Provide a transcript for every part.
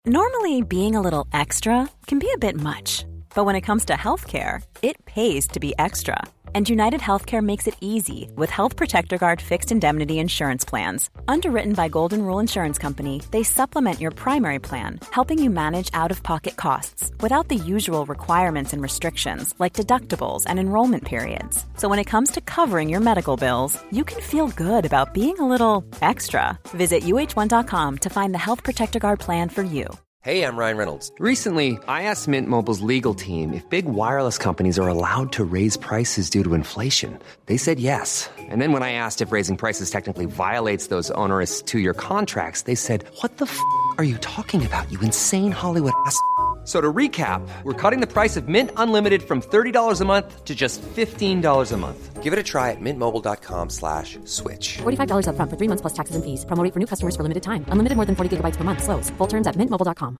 Normally, being a little extra can be a bit much, but when it comes to healthcare, it pays to be extra. And United Healthcare makes it easy with Health Protector Guard fixed indemnity insurance plans. Underwritten by Golden Rule Insurance Company, they supplement your primary plan, helping you manage out-of-pocket costs without the usual requirements and restrictions like deductibles and enrollment periods. So when it comes to covering your medical bills, you can feel good about being a little extra. Visit uh1.com to find the Health Protector Guard plan for you. Hey, I'm Ryan Reynolds. Recently, I asked Mint Mobile's legal team if big wireless companies are allowed to raise prices due to inflation. They said yes. And then when I asked if raising prices technically violates those onerous two-year contracts, they said, "What the f*** are you talking about, you insane Hollywood ass?" So to recap, we're cutting the price of Mint Unlimited from $30 a month to just $15 a month. Give it a try at mintmobile.com/switch. $45 up front for 3 months plus taxes and fees. Promo rate for new customers for limited time. Unlimited more than 40 gigabytes per month. Slows full terms at mintmobile.com.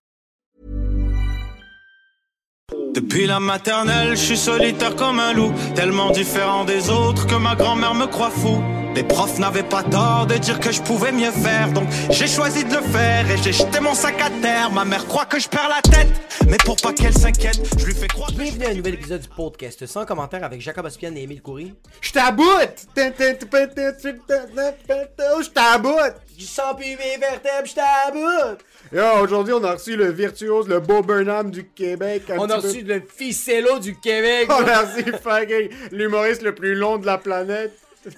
Depuis la maternelle, je suis solitaire comme un loup, tellement différent des autres que ma grand-mère me croit fou. Les profs n'avaient pas tort de dire que je pouvais mieux faire, donc j'ai choisi de le faire et j'ai jeté mon sac à terre. Ma mère croit que je perds la tête, mais pour pas qu'elle s'inquiète, je lui fais croire. Bienvenue à un nouvel épisode du podcast sans commentaire avec Jacob Ospian et Émile Coury. Je t'aboute! Je t'aboute! Je sens plus mes vertèbres, je t'aboute! Yo, aujourd'hui, on a reçu le virtuose, le Bo Burnham du Québec. On a reçu le ficello du Québec. On a reçu fucking l'humoriste le plus long de la planète.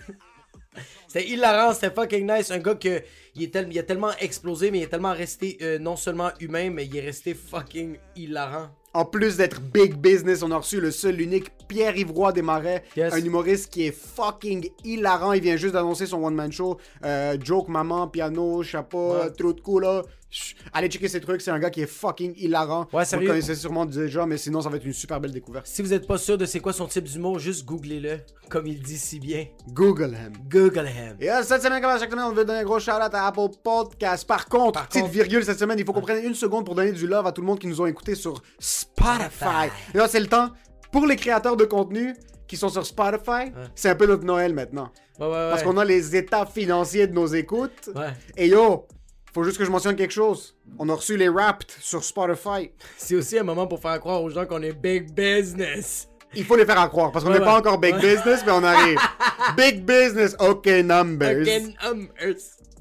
C'était hilarant, c'était fucking nice. Un gars que il a tellement explosé, mais il est tellement resté non seulement humain, mais il est resté fucking hilarant. En plus d'être big business, on a reçu le seul, l'unique Pierre-Yves Roy Desmarais, yes. Un humoriste qui est fucking hilarant. Il vient juste d'annoncer son one-man show. Joke, maman, piano, chapeau, trou de cou, là. Allez checker ces trucs, c'est un gars qui est fucking hilarant. Ouais, sérieux? Vous le connaissez sûrement déjà, mais sinon ça va être une super belle découverte. Si vous êtes pas sûr de c'est quoi son type d'humour, juste googlez-le, comme il dit si bien. Google him. Google him. Et cette semaine, comme à chaque semaine, on veut donner un gros shout-out à Apple Podcast. Par contre, petite virgule cette semaine, il faut qu'on prenne une seconde pour donner du love à tout le monde qui nous ont écoutés sur Spotify. Et là, c'est le temps pour les créateurs de contenu qui sont sur Spotify. C'est un peu notre Noël maintenant. Ouais. Parce qu'on a les états financiers de nos écoutes. Ouais. Et yo, faut juste que je mentionne quelque chose. On a reçu les Wrapped sur Spotify. C'est aussi un moment pour faire croire aux gens qu'on est big business. Il faut les faire croire, parce qu'on n'est pas encore big business, mais on arrive. Big business, OK numbers. OK numbers.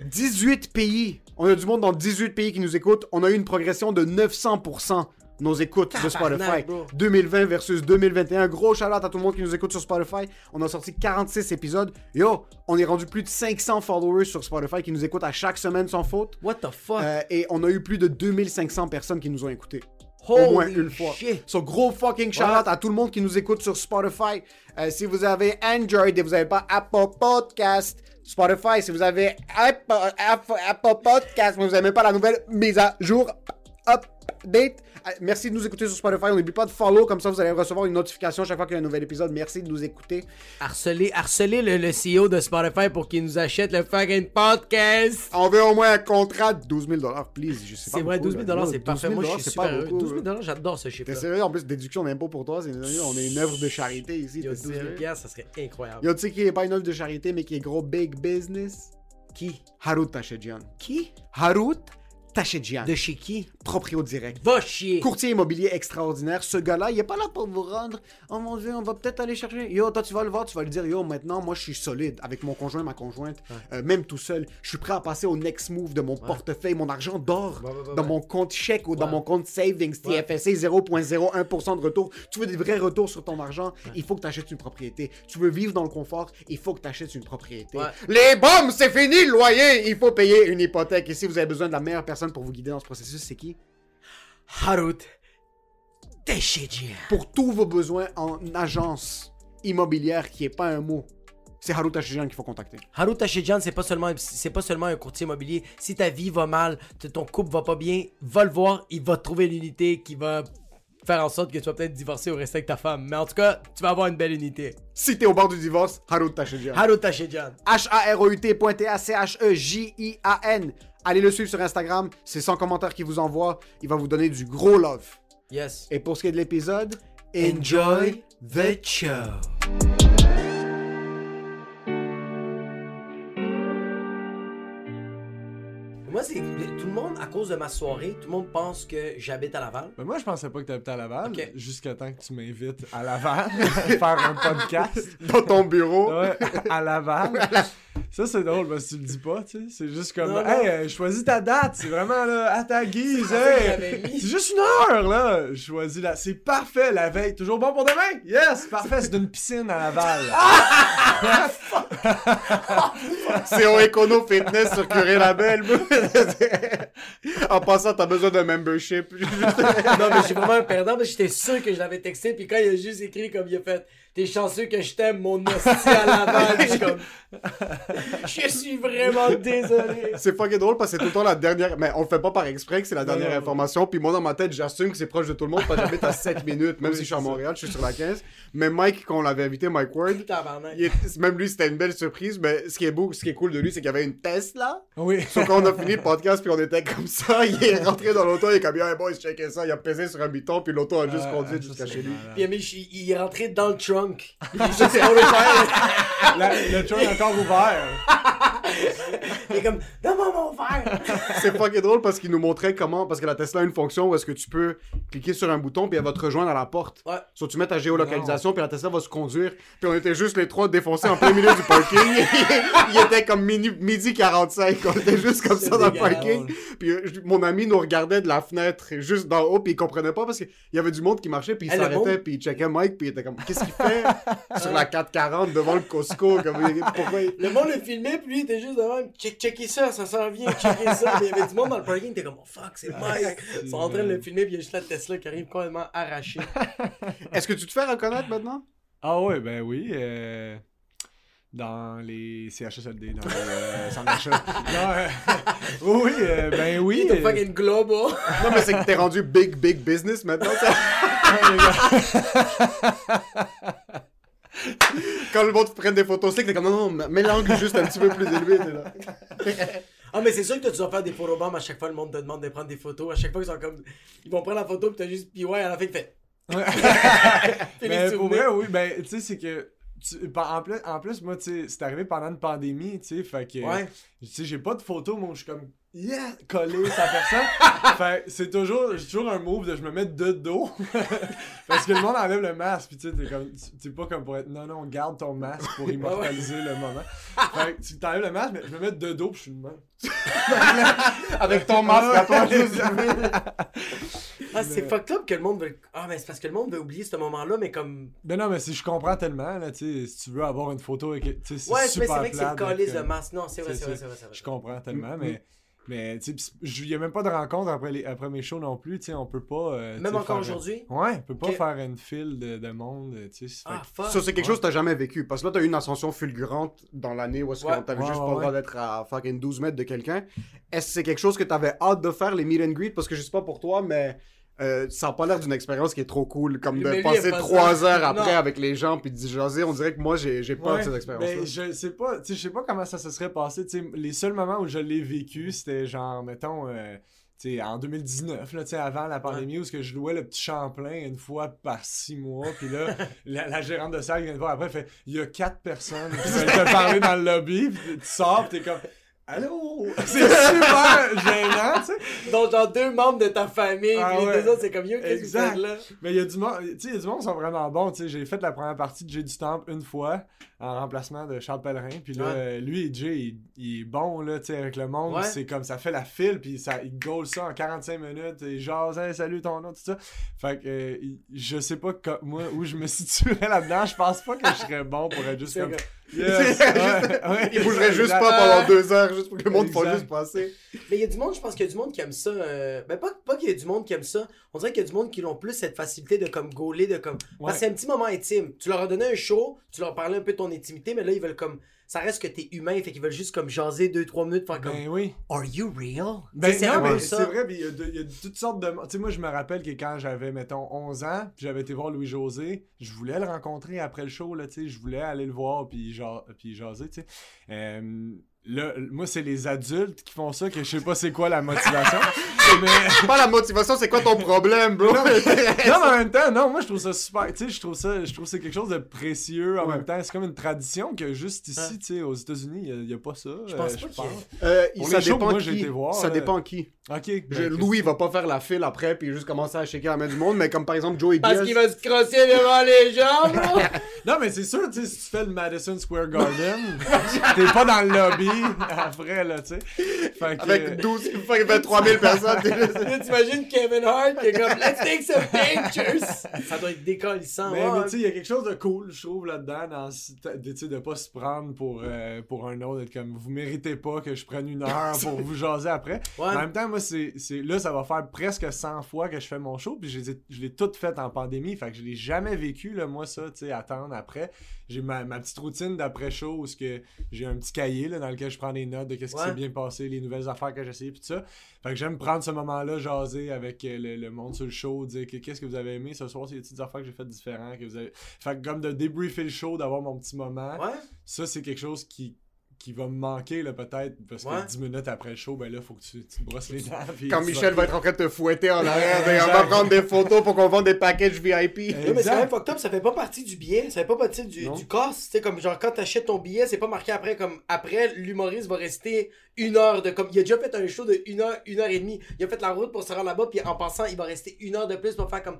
18 pays. On a du monde dans 18 pays qui nous écoutent. On a eu une progression de 900%. Nos écoutes de Spotify. Bro. 2020 versus 2021. Gros shout-out à tout le monde qui nous écoute sur Spotify. On a sorti 46 épisodes. Yo, on est rendu plus de 500 followers sur Spotify qui nous écoutent à chaque semaine sans faute. What the fuck? Et on a eu plus de 2500 personnes qui nous ont écoutés. Holy au moins une fois. Shit. So, gros fucking shout-out à tout le monde qui nous écoute sur Spotify. Si vous avez Android et vous n'avez pas Apple Podcast, Spotify, si vous avez Apple Podcast, mais vous n'avez pas la nouvelle mise à jour, update. Merci de nous écouter sur Spotify. On n'oublie pas de follow, comme ça vous allez recevoir une notification chaque fois qu'il y a un nouvel épisode. Merci de nous écouter. Harceler le CEO de Spotify pour qu'il nous achète le fucking podcast. On veut au moins un contrat de 12 000 $, please. Je sais pas c'est vrai, 12 000 c'est parfait. Moi, je suis super heureux. Beaucoup, 12 000 j'adore ce chiffre. T'es sérieux? En plus, déduction d'impôt pour toi, on est une œuvre de charité ici. Yo, 12 000 ça serait incroyable. Yo, tu sais qui est pas une œuvre de charité, mais qui est gros big business? Qui? Harut Tachedjian. Qui? Harut Tachedjian. De chez qui? Proprio direct. Va chier. Courtier immobilier extraordinaire. Ce gars-là, il est pas là pour vous rendre. Oh mon Dieu, on va peut-être aller chercher. Yo, toi, tu vas le voir, tu vas lui dire, yo, maintenant, moi, je suis solide avec mon conjoint, ma conjointe, même tout seul. Je suis prêt à passer au next move de mon portefeuille. Mon argent dort dans mon compte chèque ou dans mon compte savings, TFSC, 0,01% de retour. Tu veux des vrais retours sur ton argent, il faut que tu achètes une propriété. Tu veux vivre dans le confort, il faut que tu achètes une propriété. Les bombes, c'est fini, le loyer, il faut payer une hypothèque. Et si vous avez besoin de la meilleure personne pour vous guider dans ce processus, c'est qui? Harut Tachedjian. Pour tous vos besoins en agence immobilière qui est pas un mot, c'est Harut Tachedjian qu'il faut contacter. Harut Tachedjian, c'est pas seulement un courtier immobilier. Si ta vie va mal, ton couple va pas bien, va le voir, il va te trouver l'unité qui va faire en sorte que tu vas peut-être divorcer ou rester avec ta femme. Mais en tout cas, tu vas avoir une belle unité. Si t'es au bord du divorce, Harut Tachedjian. Harut Tachedjian. HAROUT.TACHEJIAN. Allez le suivre sur Instagram, c'est sans commentaire qu'il vous envoie. Il va vous donner du gros love. Yes. Et pour ce qui est de l'épisode, enjoy the show. Moi, c'est tout le monde, à cause cause de ma soirée, tout le monde pense que j'habite à Laval. Ben moi, je pensais pas que t'habitais à Laval, Ok. jusqu'à temps que tu m'invites à Laval faire un podcast. Dans ton bureau. Ouais, à Laval. Ça, c'est drôle, parce que tu le dis pas, tu sais. C'est juste comme, Non, non. hey, choisis ta date. C'est vraiment, là, à ta guise, C'est ça que hey. j'avais mis. C'est juste 1 heure, là. Choisis la... C'est parfait, la veille. Toujours bon pour demain? Yes, parfait. C'est d'une piscine à Laval. C'est au Econo Fitness sur Curé-Labelle. En passant, t'as besoin d'un membership. Non, mais j'ai vraiment un perdant parce que j'étais sûr que je l'avais texté. Puis quand il a juste écrit comme il a fait, t'es chanceux que je t'aime, mon hostie à Laval. Puis je suis comme, je suis vraiment désolé. C'est fucking drôle parce que c'est tout le temps la dernière. Mais on le fait pas par exprès que c'est la dernière non. information. Puis moi, dans ma tête, j'assume que c'est proche de tout le monde parce que j'habite à 7 minutes. Même Oui, si je suis à c'est ça. Montréal, je suis sur la 15. Mais Mike, quand on l'avait invité, Mike Ward, Tabarnak. même lui, c'était une belle surprise. Mais ce qui est beau, ce qui est cool de lui, c'est qu'il y avait une Tesla. Oui. Sauf quand on a fini le podcast, puis on était comme ça, il est rentré dans l'auto, il est comme, hey boy, checker ça, il a pesé sur un bouton, puis l'auto a juste conduit jusqu'à chez lui. Puis il est rentré dans le trunk. Il est juste sur le verre. Le trunk est encore ouvert. Il est comme, donne-moi mon verre. C'est fucking drôle parce qu'il nous montrait comment, parce que la Tesla a une fonction où est-ce que tu peux cliquer sur un bouton, puis elle va te rejoindre à la porte. Ouais. Soit tu mets ta géolocalisation, puis la Tesla va se conduire, puis on était juste les trois défoncés en plein milieu du parking. Il était comme midi 45, on était juste comme ça dans le dégueulasse. parking. Puis mon ami nous regardait de la fenêtre, juste d'en haut, puis il comprenait pas parce qu'il y avait du monde qui marchait, puis il Hey, le s'arrêtait, monde- puis il checkait Mike, puis il était comme, qu'est-ce qu'il fait sur la 440 devant le Costco, comme, pourquoi il... Le monde le filmait, puis lui, il était juste de même. Checker ça s'en vient, checker ça. Puis il y avait du monde dans le parking, il était comme, oh fuck, c'est Mike. Ils sont en train de le filmer, puis il y a juste la Tesla qui arrive complètement arrachée. Est-ce que tu te fais reconnaître maintenant? Ah ouais, ben oui. Dans les CHSLD, dans les centres d'achat. Non, oui, ben oui. Il est fucking global. Non, mais c'est que t'es rendu big business maintenant, ça. Quand le monde te prenne des photos, c'est que t'es comme non, mets l'angle juste un petit peu plus élevé, t'es là. Ah, mais c'est sûr que toi, tu vas faire des photobombs à chaque fois, le monde te demande de prendre des photos. À chaque fois, ils sont comme. Ils vont prendre la photo, puis t'as juste. Puis ouais, à la fin, il fait. Fais les Mais pour souvenirs. vrai, oui, ben, tu sais, c'est que. En plus, moi, tu sais, c'est arrivé pendant une pandémie, tu sais, fait que. Ouais. Tu sais, j'ai pas de photos, moi, je suis comme. Yeah! Collé sa personne. Fait c'est toujours. J'ai toujours un move de je me mets de dos. Parce que le monde enlève le masque, pis tu sais, t'es comme. T'es pas comme pour être. Non, garde ton masque pour immortaliser le moment. Fait que tu t'enlèves le masque, mais je me mets de dos, pis je suis de même. Avec ton masque à toi, juste. Ah, c'est fucked up que le monde veut. Ah, mais c'est parce que le monde veut oublier ce moment-là, mais comme. Ben non, mais si je comprends tellement, là, tu sais, si tu veux avoir une photo avec. Tu sais, c'est Ouais, mais super c'est vrai que c'est le plate, calice de comme- masse. Non, c'est vrai, C'est- c'est vrai. Je comprends tellement, mais tu sais, il y a même pas de rencontre après mes shows non plus, tu sais, on peut pas... tu Même sais, encore faire- aujourd'hui? Ouais, on peut pas Ok. faire une file de monde, tu sais. Ah, fait fuck. Ça, c'est quelque chose que t'as jamais vécu. Parce que là, t'as eu une ascension fulgurante dans l'année où est-ce Ouais. qu'on t'avait Ouais, juste ouais, pas le droit ouais. d'être à fucking 12 mètres de quelqu'un. Est-ce que c'est quelque chose que t'avais hâte de faire, les meet and greet? Parce que je sais pas pour toi, mais ça a pas l'air d'une expérience qui est trop cool. Comme Mais de lui, il passer a pas 3 ça. heures après Non. avec les gens puis de jaser. On dirait que moi, j'ai peur de ces expériences-là. Ben, je sais pas, tu sais, je sais pas comment ça se serait passé, tu sais, les seuls moments où je l'ai vécu, c'était genre, mettons, tu sais, en 2019, là, tu sais, avant la pandémie, où ce que je louais le petit Champlain une fois par 6 mois, puis là, la gérante de salle vient de voir après, elle fait, il y a 4 personnes qui veulent te parler dans le lobby, puis tu sors, pis t'es comme, allô? C'est super gênant, tu sais. Donc, genre, 2 membres de ta famille, Ah puis les ouais. 2 autres, c'est comme yo, qu'est-ce que vous Exact. faites là? Mais il y a du monde, tu sais, il y a du monde qui sont vraiment bons, tu sais. J'ai fait la première partie de Jay du Temple une fois, en remplacement de Charles Pellerin, puis là, Ouais. lui et Jay, il est bon, là, tu sais, avec le monde, Ouais. c'est comme, ça fait la file, puis il goal ça en 45 minutes, et genre, hey, salut ton nom, tout ça. Fait que, je sais pas, moi, où je me situerais là-dedans, je pense pas que je serais bon pour être juste C'est comme... que- Yes, ouais, Il bougerait juste exact. pas pendant 2 heures, juste pour que le monde fasse Exact. juste passer. Mais il y a du monde, je pense qu'il y a du monde qui aime ça. Ben, pas qu'il y a du monde qui aime ça. On dirait qu'il y a du monde qui ont plus cette facilité de comme gauler, de comme. Parce que c'est un petit moment intime. Tu leur as donné un show, tu leur parlais un peu de ton intimité, mais là, ils veulent comme. Ça reste que t'es humain, fait qu'ils veulent juste comme jaser 2-3 minutes, faire comme. Ben oui. Are you real? Ben Tu sais, c'est non, un peu mais ça. c'est vrai, puis il y a toutes sortes de... Tu sais, moi, je me rappelle que quand j'avais, mettons, 11 ans, puis j'avais été voir Louis-José, je voulais le rencontrer après le show, là, tu sais, je voulais aller le voir, puis jaser, tu sais. Là, moi, c'est les adultes qui font ça, que je sais pas c'est quoi la motivation, mais... C'est pas la motivation, c'est quoi ton problème, bro? Non, mais en même temps, non, moi, je trouve ça super, tu sais, je trouve que c'est quelque chose de précieux, en Ouais. même temps, c'est comme une tradition que juste ici, tu sais, aux États-Unis, il y a pas ça, Je pense pas qu'il y a- Ça Pour les shows, dépend moi, j'ai qui. été voir, Ça là. dépend qui. Ok. Louis va pas faire la file après puis juste commencer à shaker la main du monde, mais comme par exemple Joey Diaz. Parce qu'il va se crosser devant les gens, bro! Non, mais c'est sûr, tu sais, si tu fais le Madison Square Garden, t'es pas dans le lobby après, là, tu sais. Avec 23 000 personnes. T'imagines Kevin Hart qui est comme let's take some pictures. Ça doit être décollissant. Mais tu sais, il y a quelque chose de cool, je trouve, là-dedans, tu sais, de pas se prendre pour un autre, d'être comme vous méritez pas que je prenne une heure pour vous jaser après. Ouais. En même temps, moi, là, ça va faire presque 100 fois que je fais mon show, puis je l'ai tout fait en pandémie, fait que je l'ai jamais vécu, là, moi, ça, tu sais, attendre après. J'ai ma petite routine d'après-show où j'ai un petit cahier là, dans lequel je prends des notes de qu'est-ce qui s'est bien passé, les nouvelles affaires que j'ai essayées, puis tout ça. Fait que j'aime prendre ce moment-là, jaser avec le monde sur le show, dire qu'est-ce que vous avez aimé ce soir, c'est des petites affaires que j'ai faites différentes. Fait que comme de débriefer le show, d'avoir mon petit moment, ça, c'est quelque chose qui va me manquer là peut-être parce que 10 minutes après le show, ben là faut que tu te brosses les dents. Quand Michel va être en train de te fouetter en arrière, on va prendre des photos pour qu'on vende des packages VIP. Oui, mais c'est même fucked up, ça fait pas partie du billet, ça fait pas partie du cost, tu sais, comme genre quand t'achètes ton billet, c'est pas marqué après comme après l'humoriste va rester 1 heure de comme il a déjà fait un show de 1 heure et demie, il a fait la route pour se rendre là-bas puis en passant il va rester 1 heure de plus pour faire comme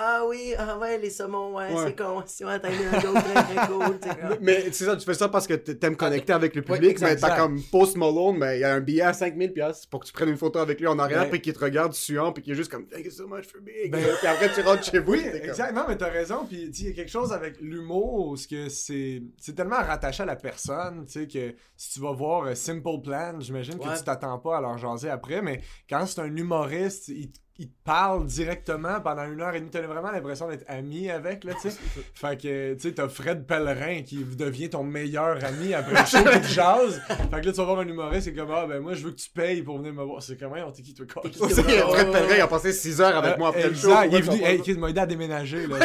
les saumons c'est con, si t'as eu un joke très cool, mais c'est ça, tu fais ça parce que t'aimes connecter avec le public, mais t'as comme Post Malone, mais il y a un billet à 5 000$ pour que tu prennes une photo avec lui en arrière puis qu'il te regarde suant puis qu'il est juste comme thank you so much for being here. Puis après tu rentres chez vous. Oui, exactement, mais t'as raison, puis il y a quelque chose avec l'humour où c'est tellement rattaché à la personne, tu sais, que si tu vas voir Simple Plan, j'imagine que tu t'attends pas à leur jaser après, mais quand c'est un humoriste, il te parle directement pendant 1 heure et demie, t'as vraiment l'impression d'être ami avec, là, tu sais. Fait que, tu sais, t'as Fred Pellerin qui devient ton meilleur ami après le show qui te jase. Fait que là, tu vas voir un humoriste, c'est comme, moi, je veux que tu payes pour venir me voir. C'est comment, on t'es qui, toi, quoi? Fred Pellerin, il a passé 6 heures avec moi après le show. Il est venu, il m'a aidé à déménager, là.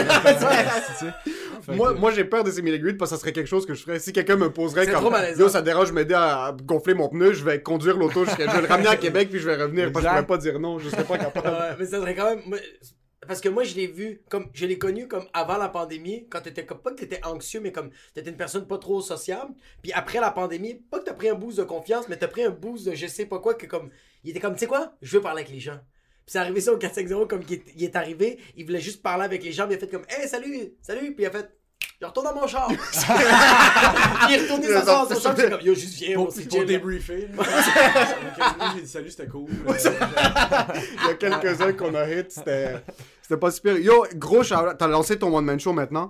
Moi, j'ai peur de ces milligrids parce que ça serait quelque chose que je ferais. Si quelqu'un me poserait c'est comme yo, ça te dérange, m'aider à gonfler mon pneu, je vais conduire l'auto, je vais le ramener à Québec puis je vais revenir. Parce que je pourrais pas dire non, je serais pas capable. Mais ça serait quand même. Parce que moi, je l'ai vu, comme je l'ai connu comme avant la pandémie, quand t'étais pas que t'étais anxieux, mais comme t'étais une personne pas trop sociable. Puis après la pandémie, pas que t'as pris un boost de confiance, mais t'as pris un boost de je sais pas quoi, que comme. Il était comme, tu sais quoi, je veux parler avec les gens. Puis c'est arrivé ça au 450, comme il est arrivé, il voulait juste parler avec les gens, puis il a fait comme, hey, salut, puis il a fait. Il retourne dans mon char. Il est retourné dans son char. Comme, yo, juste viens. Pour débriefer. J'ai dit salut, c'était cool. Il y a quelques-uns qu'on a hit. C'était pas super. Yo, gros shout-out. T'as lancé ton one-man show maintenant.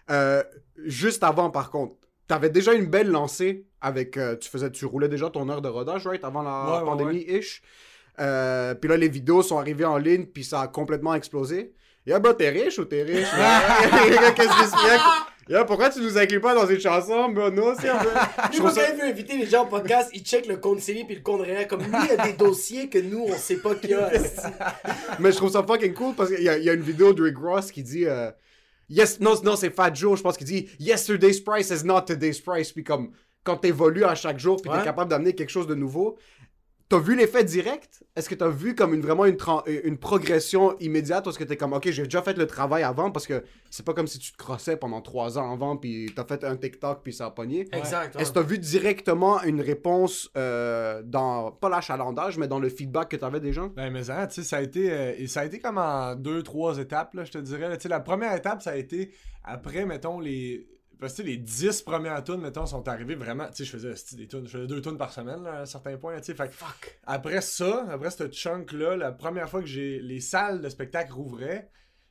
Juste avant, par contre, t'avais déjà une belle lancée avec. Tu roulais déjà ton heure de rodage, right? Avant la pandémie-ish. Puis là, les vidéos sont arrivées en ligne, puis ça a complètement explosé. Yo, bro, t'es riche ou t'es riche? Qu'est-ce qui se fait? Yo, pourquoi tu nous inclus pas dans une chanson, bro? Nous aussi, on veut. Je trouve ça. Il veut inviter les gens au podcast, ils checkent le compte Célie puis le compte réel. Comme lui, il y a des dossiers que nous, on sait pas qu'il y a. Mais je trouve ça fucking cool parce qu'il y a une vidéo de Rick Ross qui dit. Non, c'est Fat Joe, je pense, qui dit Yesterday's price is not today's price. Puis comme, quand t'évolues à chaque jour, puis t'es capable d'amener quelque chose de nouveau. T'as vu l'effet direct? Est-ce que t'as vu comme une progression immédiate ou est-ce que t'es comme, ok, j'ai déjà fait le travail avant parce que c'est pas comme si tu te crossais pendant 3 ans avant puis t'as fait un TikTok puis ça a pogné. Exact. Est-ce que t'as vu directement une réponse dans, pas l'achalandage, mais dans le feedback que t'avais des gens? Ben, mais ça, tu sais, ça a été comme en 2-3 étapes, là, je te dirais. Tu sais, la première étape, ça a été après, mettons, parce que les 10 premières tunes, mettons, sont arrivées vraiment. Tu sais, je faisais des tunes, je faisais 2 tunes par semaine, là, à un certain point, tu sais. Fait fuck. Après ce chunk-là, la première fois que les salles de spectacle rouvraient,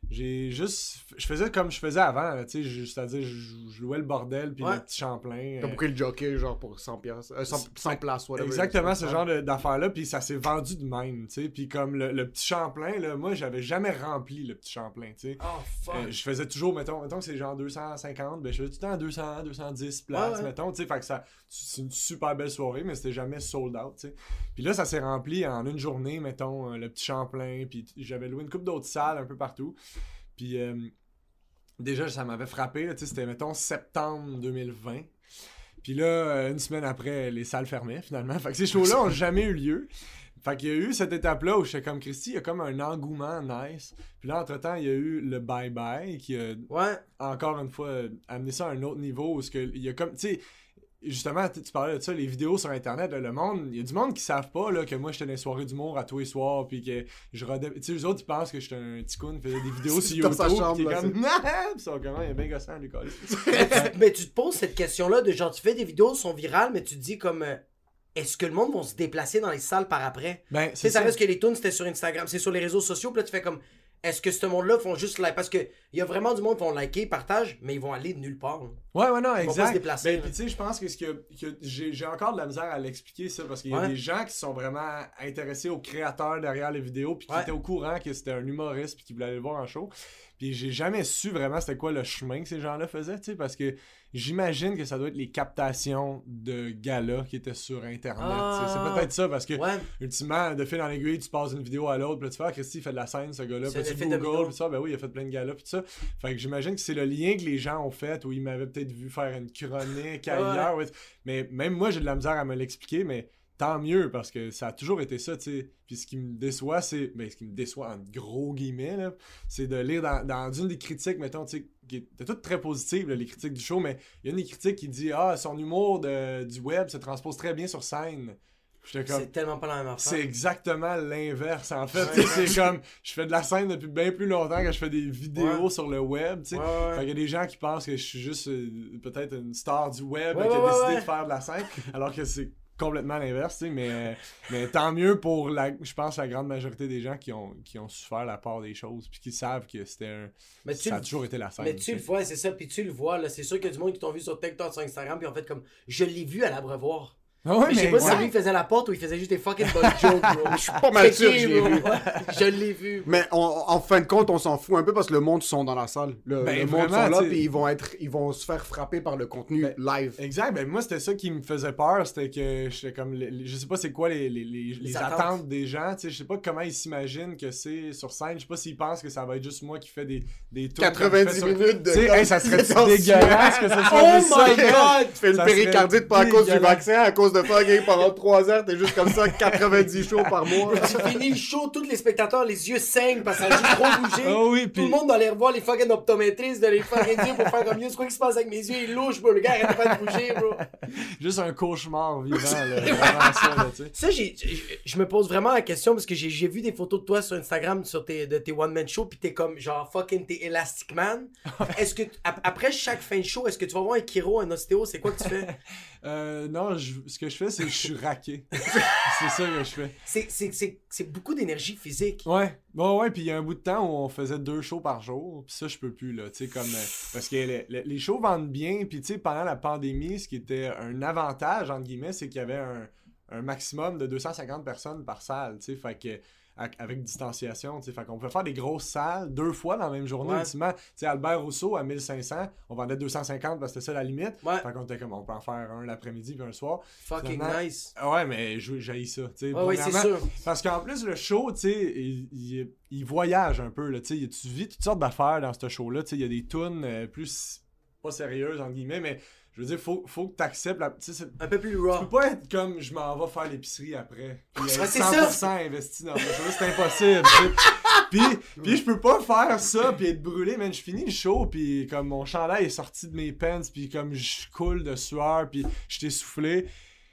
je faisais comme je faisais avant, tu sais, c'est-à-dire, je louais le bordel, puis le petit Champlain. T'as booké le jockey, genre, pour 100 places, whatever. Exactement, ce genre d'affaires-là, puis ça s'est vendu de même, tu sais. Puis comme le petit Champlain, là, moi, j'avais jamais rempli le petit Champlain, tu sais. Oh, fuck. Je faisais toujours, mettons que c'est genre 250, ben je faisais tout le temps 200, 210 places, mettons, tu sais. Fait que c'est une super belle soirée, mais c'était jamais sold out, tu sais. Puis là, ça s'est rempli en une journée, mettons, le petit Champlain, puis j'avais loué une couple d'autres salles un peu partout. Puis déjà, ça m'avait frappé, là, c'était, mettons, septembre 2020. Puis là, une semaine après, les salles fermaient, finalement. Fait que ces shows-là ont jamais eu lieu. Fait qu'il y a eu cette étape-là où j'étais comme, Christy, il y a comme un engouement nice. Puis là, entre-temps, il y a eu le bye-bye qui a, encore une fois, amené ça à un autre niveau où il y a comme, tu sais, justement, tu parlais de ça, les vidéos sur Internet, là, le monde, il y a du monde qui savent pas là, que moi j'étais dans les soirées d'humour à tous les soirs, puis que je rodais. Tu sais, eux autres, ils pensent que j'étais un petit con, faisait des vidéos sur dans YouTube, sa chambre, pis là, comme, pis ça, comment, il est bien gossant, lui, Mais tu te poses cette question-là de genre, tu fais des vidéos, sont virales, mais tu te dis comme, est-ce que le monde va se déplacer dans les salles par après? Ben, Tu sais, ça reste que les tunes, c'était sur Instagram, c'est sur les réseaux sociaux, puis là, tu fais comme, est-ce que ce monde-là font juste like? Parce que il y a vraiment du monde qui vont liker, partagent, mais ils vont aller de nulle part. Là. Ouais, non, Ils vont pas se exact. déplacer, Ben, là. puis tu sais, je pense que j'ai encore de la misère à l'expliquer ça, parce qu'il y a Ouais. des gens qui sont vraiment intéressés aux créateurs derrière les vidéos, puis qui Ouais. étaient au courant que c'était un humoriste, puis qui voulaient aller le voir en show. Puis j'ai jamais su vraiment c'était quoi le chemin que ces gens-là faisaient, tu sais, parce que j'imagine que ça doit être les captations de galas qui étaient sur Internet. Ah. C'est peut-être ça, parce que Ouais. ultimement, de fil en aiguille, tu passes d'une vidéo à l'autre, puis là, tu fais, ah, Christy, il fait de la scène, ce gars-là, C'est puis un tu effet domino. Google, puis ça, ben oui, il a fait plein de galas, puis tout ça. Fait que j'imagine que c'est le lien que les gens ont fait, où ils m'avaient peut-être vu faire une chronique ailleurs, ouais. Mais même moi, j'ai de la misère à me l'expliquer, mais tant mieux, parce que ça a toujours été ça, tu sais. Puis ce qui me déçoit, c'est... Ben, ce qui me déçoit, en gros guillemets, là, c'est de lire dans une des critiques, mettons, tu sais, qui était toutes très positives, là, les critiques du show, mais il y a une des critiques qui dit « Ah, son humour du web se transpose très bien sur scène. » J'étais comme... C'est tellement pas la même affaire. C'est exactement l'inverse, en fait. C'est comme, je fais de la scène depuis bien plus longtemps que je fais des vidéos sur le web, tu sais. Fait qu'il y a des gens qui pensent que je suis juste peut-être une star du web qui a décidé de faire de la scène, alors que c'est complètement l'inverse, tu sais. Mais tant mieux pour, je pense, la grande majorité des gens qui ont su faire la part des choses, puis qui savent que c'était ça a toujours été la scène. Mais tu le vois, c'est ça, puis tu le vois, là. C'est sûr qu'il y a du monde qui t'ont vu sur TikTok, sur Instagram, puis en fait, comme, je l'ai vu à l'Abreuvoir. Ah ouais, mais je sais pas si exact. lui faisait la porte ou il faisait juste des fucking bonnes jokes, bro. Je suis pas mal sûr que je l'ai Bro. vu. Je l'ai vu. Mais en fin de compte, on s'en fout un peu parce que le monde sont dans la salle. Le monde vraiment, sont là, t'sais. puis ils vont se faire frapper par le contenu live. Exact, ben moi c'était ça qui me faisait peur, c'était que j'étais comme je sais pas c'est quoi les attentes des gens, tu sais, je sais pas comment ils s'imaginent que c'est sur scène, je sais pas s'ils pensent que ça va être juste moi qui fais des tours 90 minutes de... Tu sais, hey, ça serait Attention. dégueulasse que ça soit Oh juste ça, my man. god! Tu fais une Ça péricardite serait pas à cause du dégueulasse. vaccin, à cause de fucking pendant 3 heures, t'es juste comme ça, 90 shows par mois. Tu finis le show, tous les spectateurs, les yeux saignent parce que ça a juste trop bougé. Oh oui, Tout puis le monde doit aller revoir les fucking optométristes, de les fucking dire pour faire comme yo, c'est quoi qui se passe avec mes yeux, ils louchent, bro. Le gars arrête pas de bouger, bro. juste un cauchemar vivant là, vraiment ça là, tu sais. Ça, je me pose vraiment la question parce que j'ai vu des photos de toi sur Instagram de tes one-man shows, pis t'es comme genre fucking t'es Elastic Man. Est-ce que après chaque fin de show, est-ce que tu vas voir un chiro, un ostéo, c'est quoi que tu fais? Non, ce que je fais c'est que je suis raqué. C'est ça que je fais. C'est beaucoup d'énergie physique. Ouais, puis il y a un bout de temps où on faisait 2 shows par jour, puis ça je peux plus là, tu sais comme parce que les shows vendent bien, puis tu sais pendant la pandémie, ce qui était un avantage entre guillemets, c'est qu'il y avait un maximum de 250 personnes par salle, tu sais, fait que avec distanciation, tu sais, fait qu'on pouvait faire des grosses salles 2 fois dans la même journée, ultimement. Tu sais, Albert Rousseau à 1500, on vendait 250 parce que c'était ça la limite. Ouais. Fait qu'on était comme on peut en faire un l'après-midi puis un soir. Fucking Finalement, nice. Ouais, mais j'haïs ça, tu sais. Ouais, c'est premièrement, sûr. parce qu'en plus, le show, tu sais, il voyage un peu, là, tu sais. Tu vis toutes sortes d'affaires dans ce show-là, tu sais. Il y a des tunes plus pas sérieuses, entre guillemets, mais je veux dire, faut que t'acceptes la... Tu sais, Un peu plus tu raw. peux pas être comme je m'en vais faire l'épicerie après. Puis être c'est 100% investi dans ce show, c'est impossible. Tu sais. Puis je peux pas faire ça puis être brûlé, man. Je finis le show puis comme mon chandail est sorti de mes pants puis comme je coule de sueur puis je t'ai soufflé.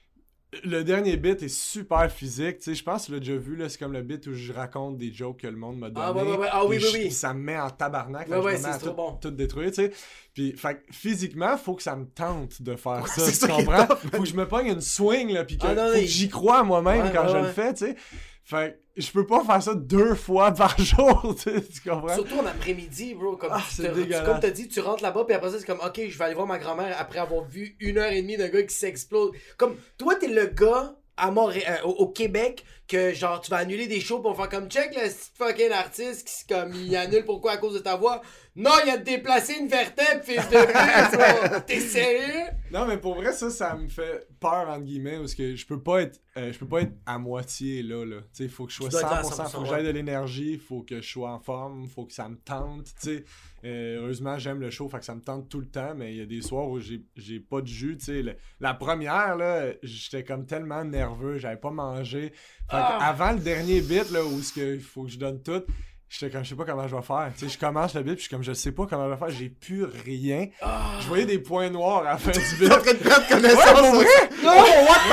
Le dernier bit est super physique, tu sais, je pense que tu l'as déjà vu, là, c'est comme le bit où je raconte des jokes que le monde m'a donné. Oui. Ça me met en tabarnak, Ouais, je me ouais, mets à c'est trop bon. tout détruire, tu sais. Puis, fait que physiquement, faut que ça me tente de faire ça, c'est tu ça qui est comprends? tough, Faut que je me pogne une swing, là, puis que, Ah, non, faut mais- que j'y croie à moi-même quand je le fais, tu sais. Fait que je peux pas faire ça 2 fois par jour, tu sais, tu comprends? Surtout en après-midi, bro. Comme, c'est dégueulasse. comme t'as dit, tu rentres là-bas, puis après ça, c'est comme, ok, je vais aller voir ma grand-mère après avoir vu 1h30 d'un gars qui s'explose. Comme, toi, t'es le gars à au Québec que, genre, tu vas annuler des shows pour faire comme, check le fucking artiste qui, comme, il annule pourquoi à cause de ta voix. Non, il a déplacé une vertèbre, fils de pute, bro. T'es sérieux? Non, mais pour vrai, ça me fait peur, entre guillemets, parce que je peux pas être à moitié là. Tu sais, il faut que je sois Tu dois être là à 100%, faut que 100%, j'aille de l'énergie, faut que je sois en forme, faut que ça me tente, tu sais. Heureusement, j'aime le show, fait que ça me tente tout le temps, mais il y a des soirs où j'ai pas de jus, tu sais. La première, là, j'étais comme tellement nerveux, j'avais pas mangé. Fait que avant le dernier bit, là, où il faut que je donne tout, j'étais comme, je sais pas comment je vais faire. Tu sais, je commence le beat, puis je suis comme, je sais pas comment je vais faire, j'ai plus rien. Je voyais des points noirs à la fin du beat. T'es en train de prendre connaissance. Ouais, pour vrai? Oh, what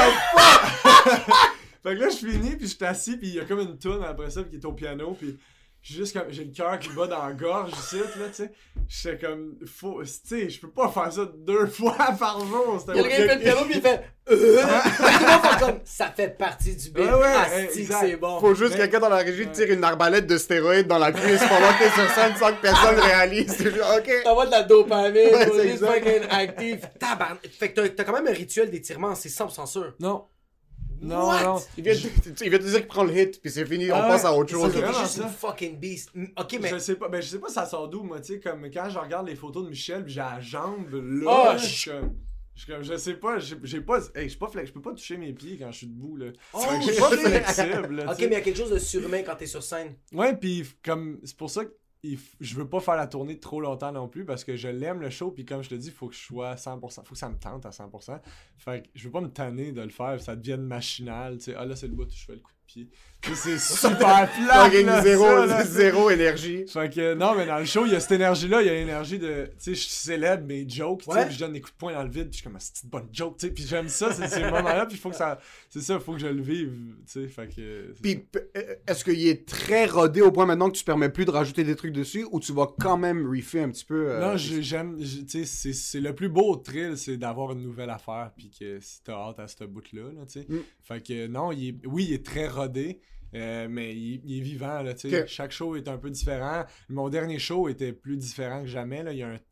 the fuck? Fait que là, je finis, puis je suis assis, puis il y a comme une toune après ça, qui est au piano, puis juste comme, j'ai le cœur qui bat dans la gorge ici, là, tu sais. J'étais comme, tu sais, je peux pas faire ça 2 fois par jour. Il y a le gars qui fait le piano, puis il fait tout le monde fait comme, ça fait partie du beat. C'est bon. Faut juste quelqu'un dans la régie te tire une arbalète de stéroïdes dans la cuisse pendant que t'es sur scène sans que personne réalise. C'est juste, ok. T'envoies de la dopamine, Ouais, c'est exact. fucking actif. Fait que t'as quand même un rituel d'étirement, c'est 100% sûr. Non. What? Non. Il vient te dire qu'il prend le hit, puis c'est fini, on Ah passe ouais. à autre chose. Ok, t'es vraiment juste ça. une fucking beast. Ok, mais. Je sais pas ça sort d'où, moi, tu sais, comme quand je regarde les photos de Michel, pis j'ai la jambe Oh, là, je suis comme, je sais pas, j'ai pas, je peux pas toucher mes pieds quand je suis debout, là. Fait que je suis pas flexible, là, Ok, tu sais. mais il y a quelque chose de surhumain quand t'es sur scène. Ouais, pis comme, c'est pour ça que je veux pas faire la tournée trop longtemps non plus, parce que je l'aime le show, pis comme je te dis, faut que je sois à 100%, faut que ça me tente à 100%. Fait que je veux pas me tanner de le faire, ça devienne machinal, tu sais, là c'est le bout où je fais le coup de pied. Tu sais, c'est super plat, là, ça, là. Zéro énergie. Fait que non, mais dans le show, il y a cette énergie-là, il y a l'énergie de, tu sais, je célèbre mes jokes, tu sais, Ouais. puis je donne des coups de poing dans le vide, puis je suis comme, c'est une bonne joke, tu sais, puis j'aime ça, c'est ces moments-là, puis il faut que ça, c'est ça, faut que je le vive, tu sais, fait que... Puis, est-ce qu'il est très rodé au point maintenant que tu permets plus de rajouter des trucs dessus, ou tu vas quand même reefer un petit peu? Non, j'aime, tu sais, c'est le plus beau thrill, c'est d'avoir une nouvelle affaire, puis que si t'as hâte à ce bout-là, là, tu sais. Fait que non, il est très rodé, mais il est vivant, là, tu sais. Ok. Chaque show est un peu différent. Mon dernier show était plus différent que jamais, là. Il y a un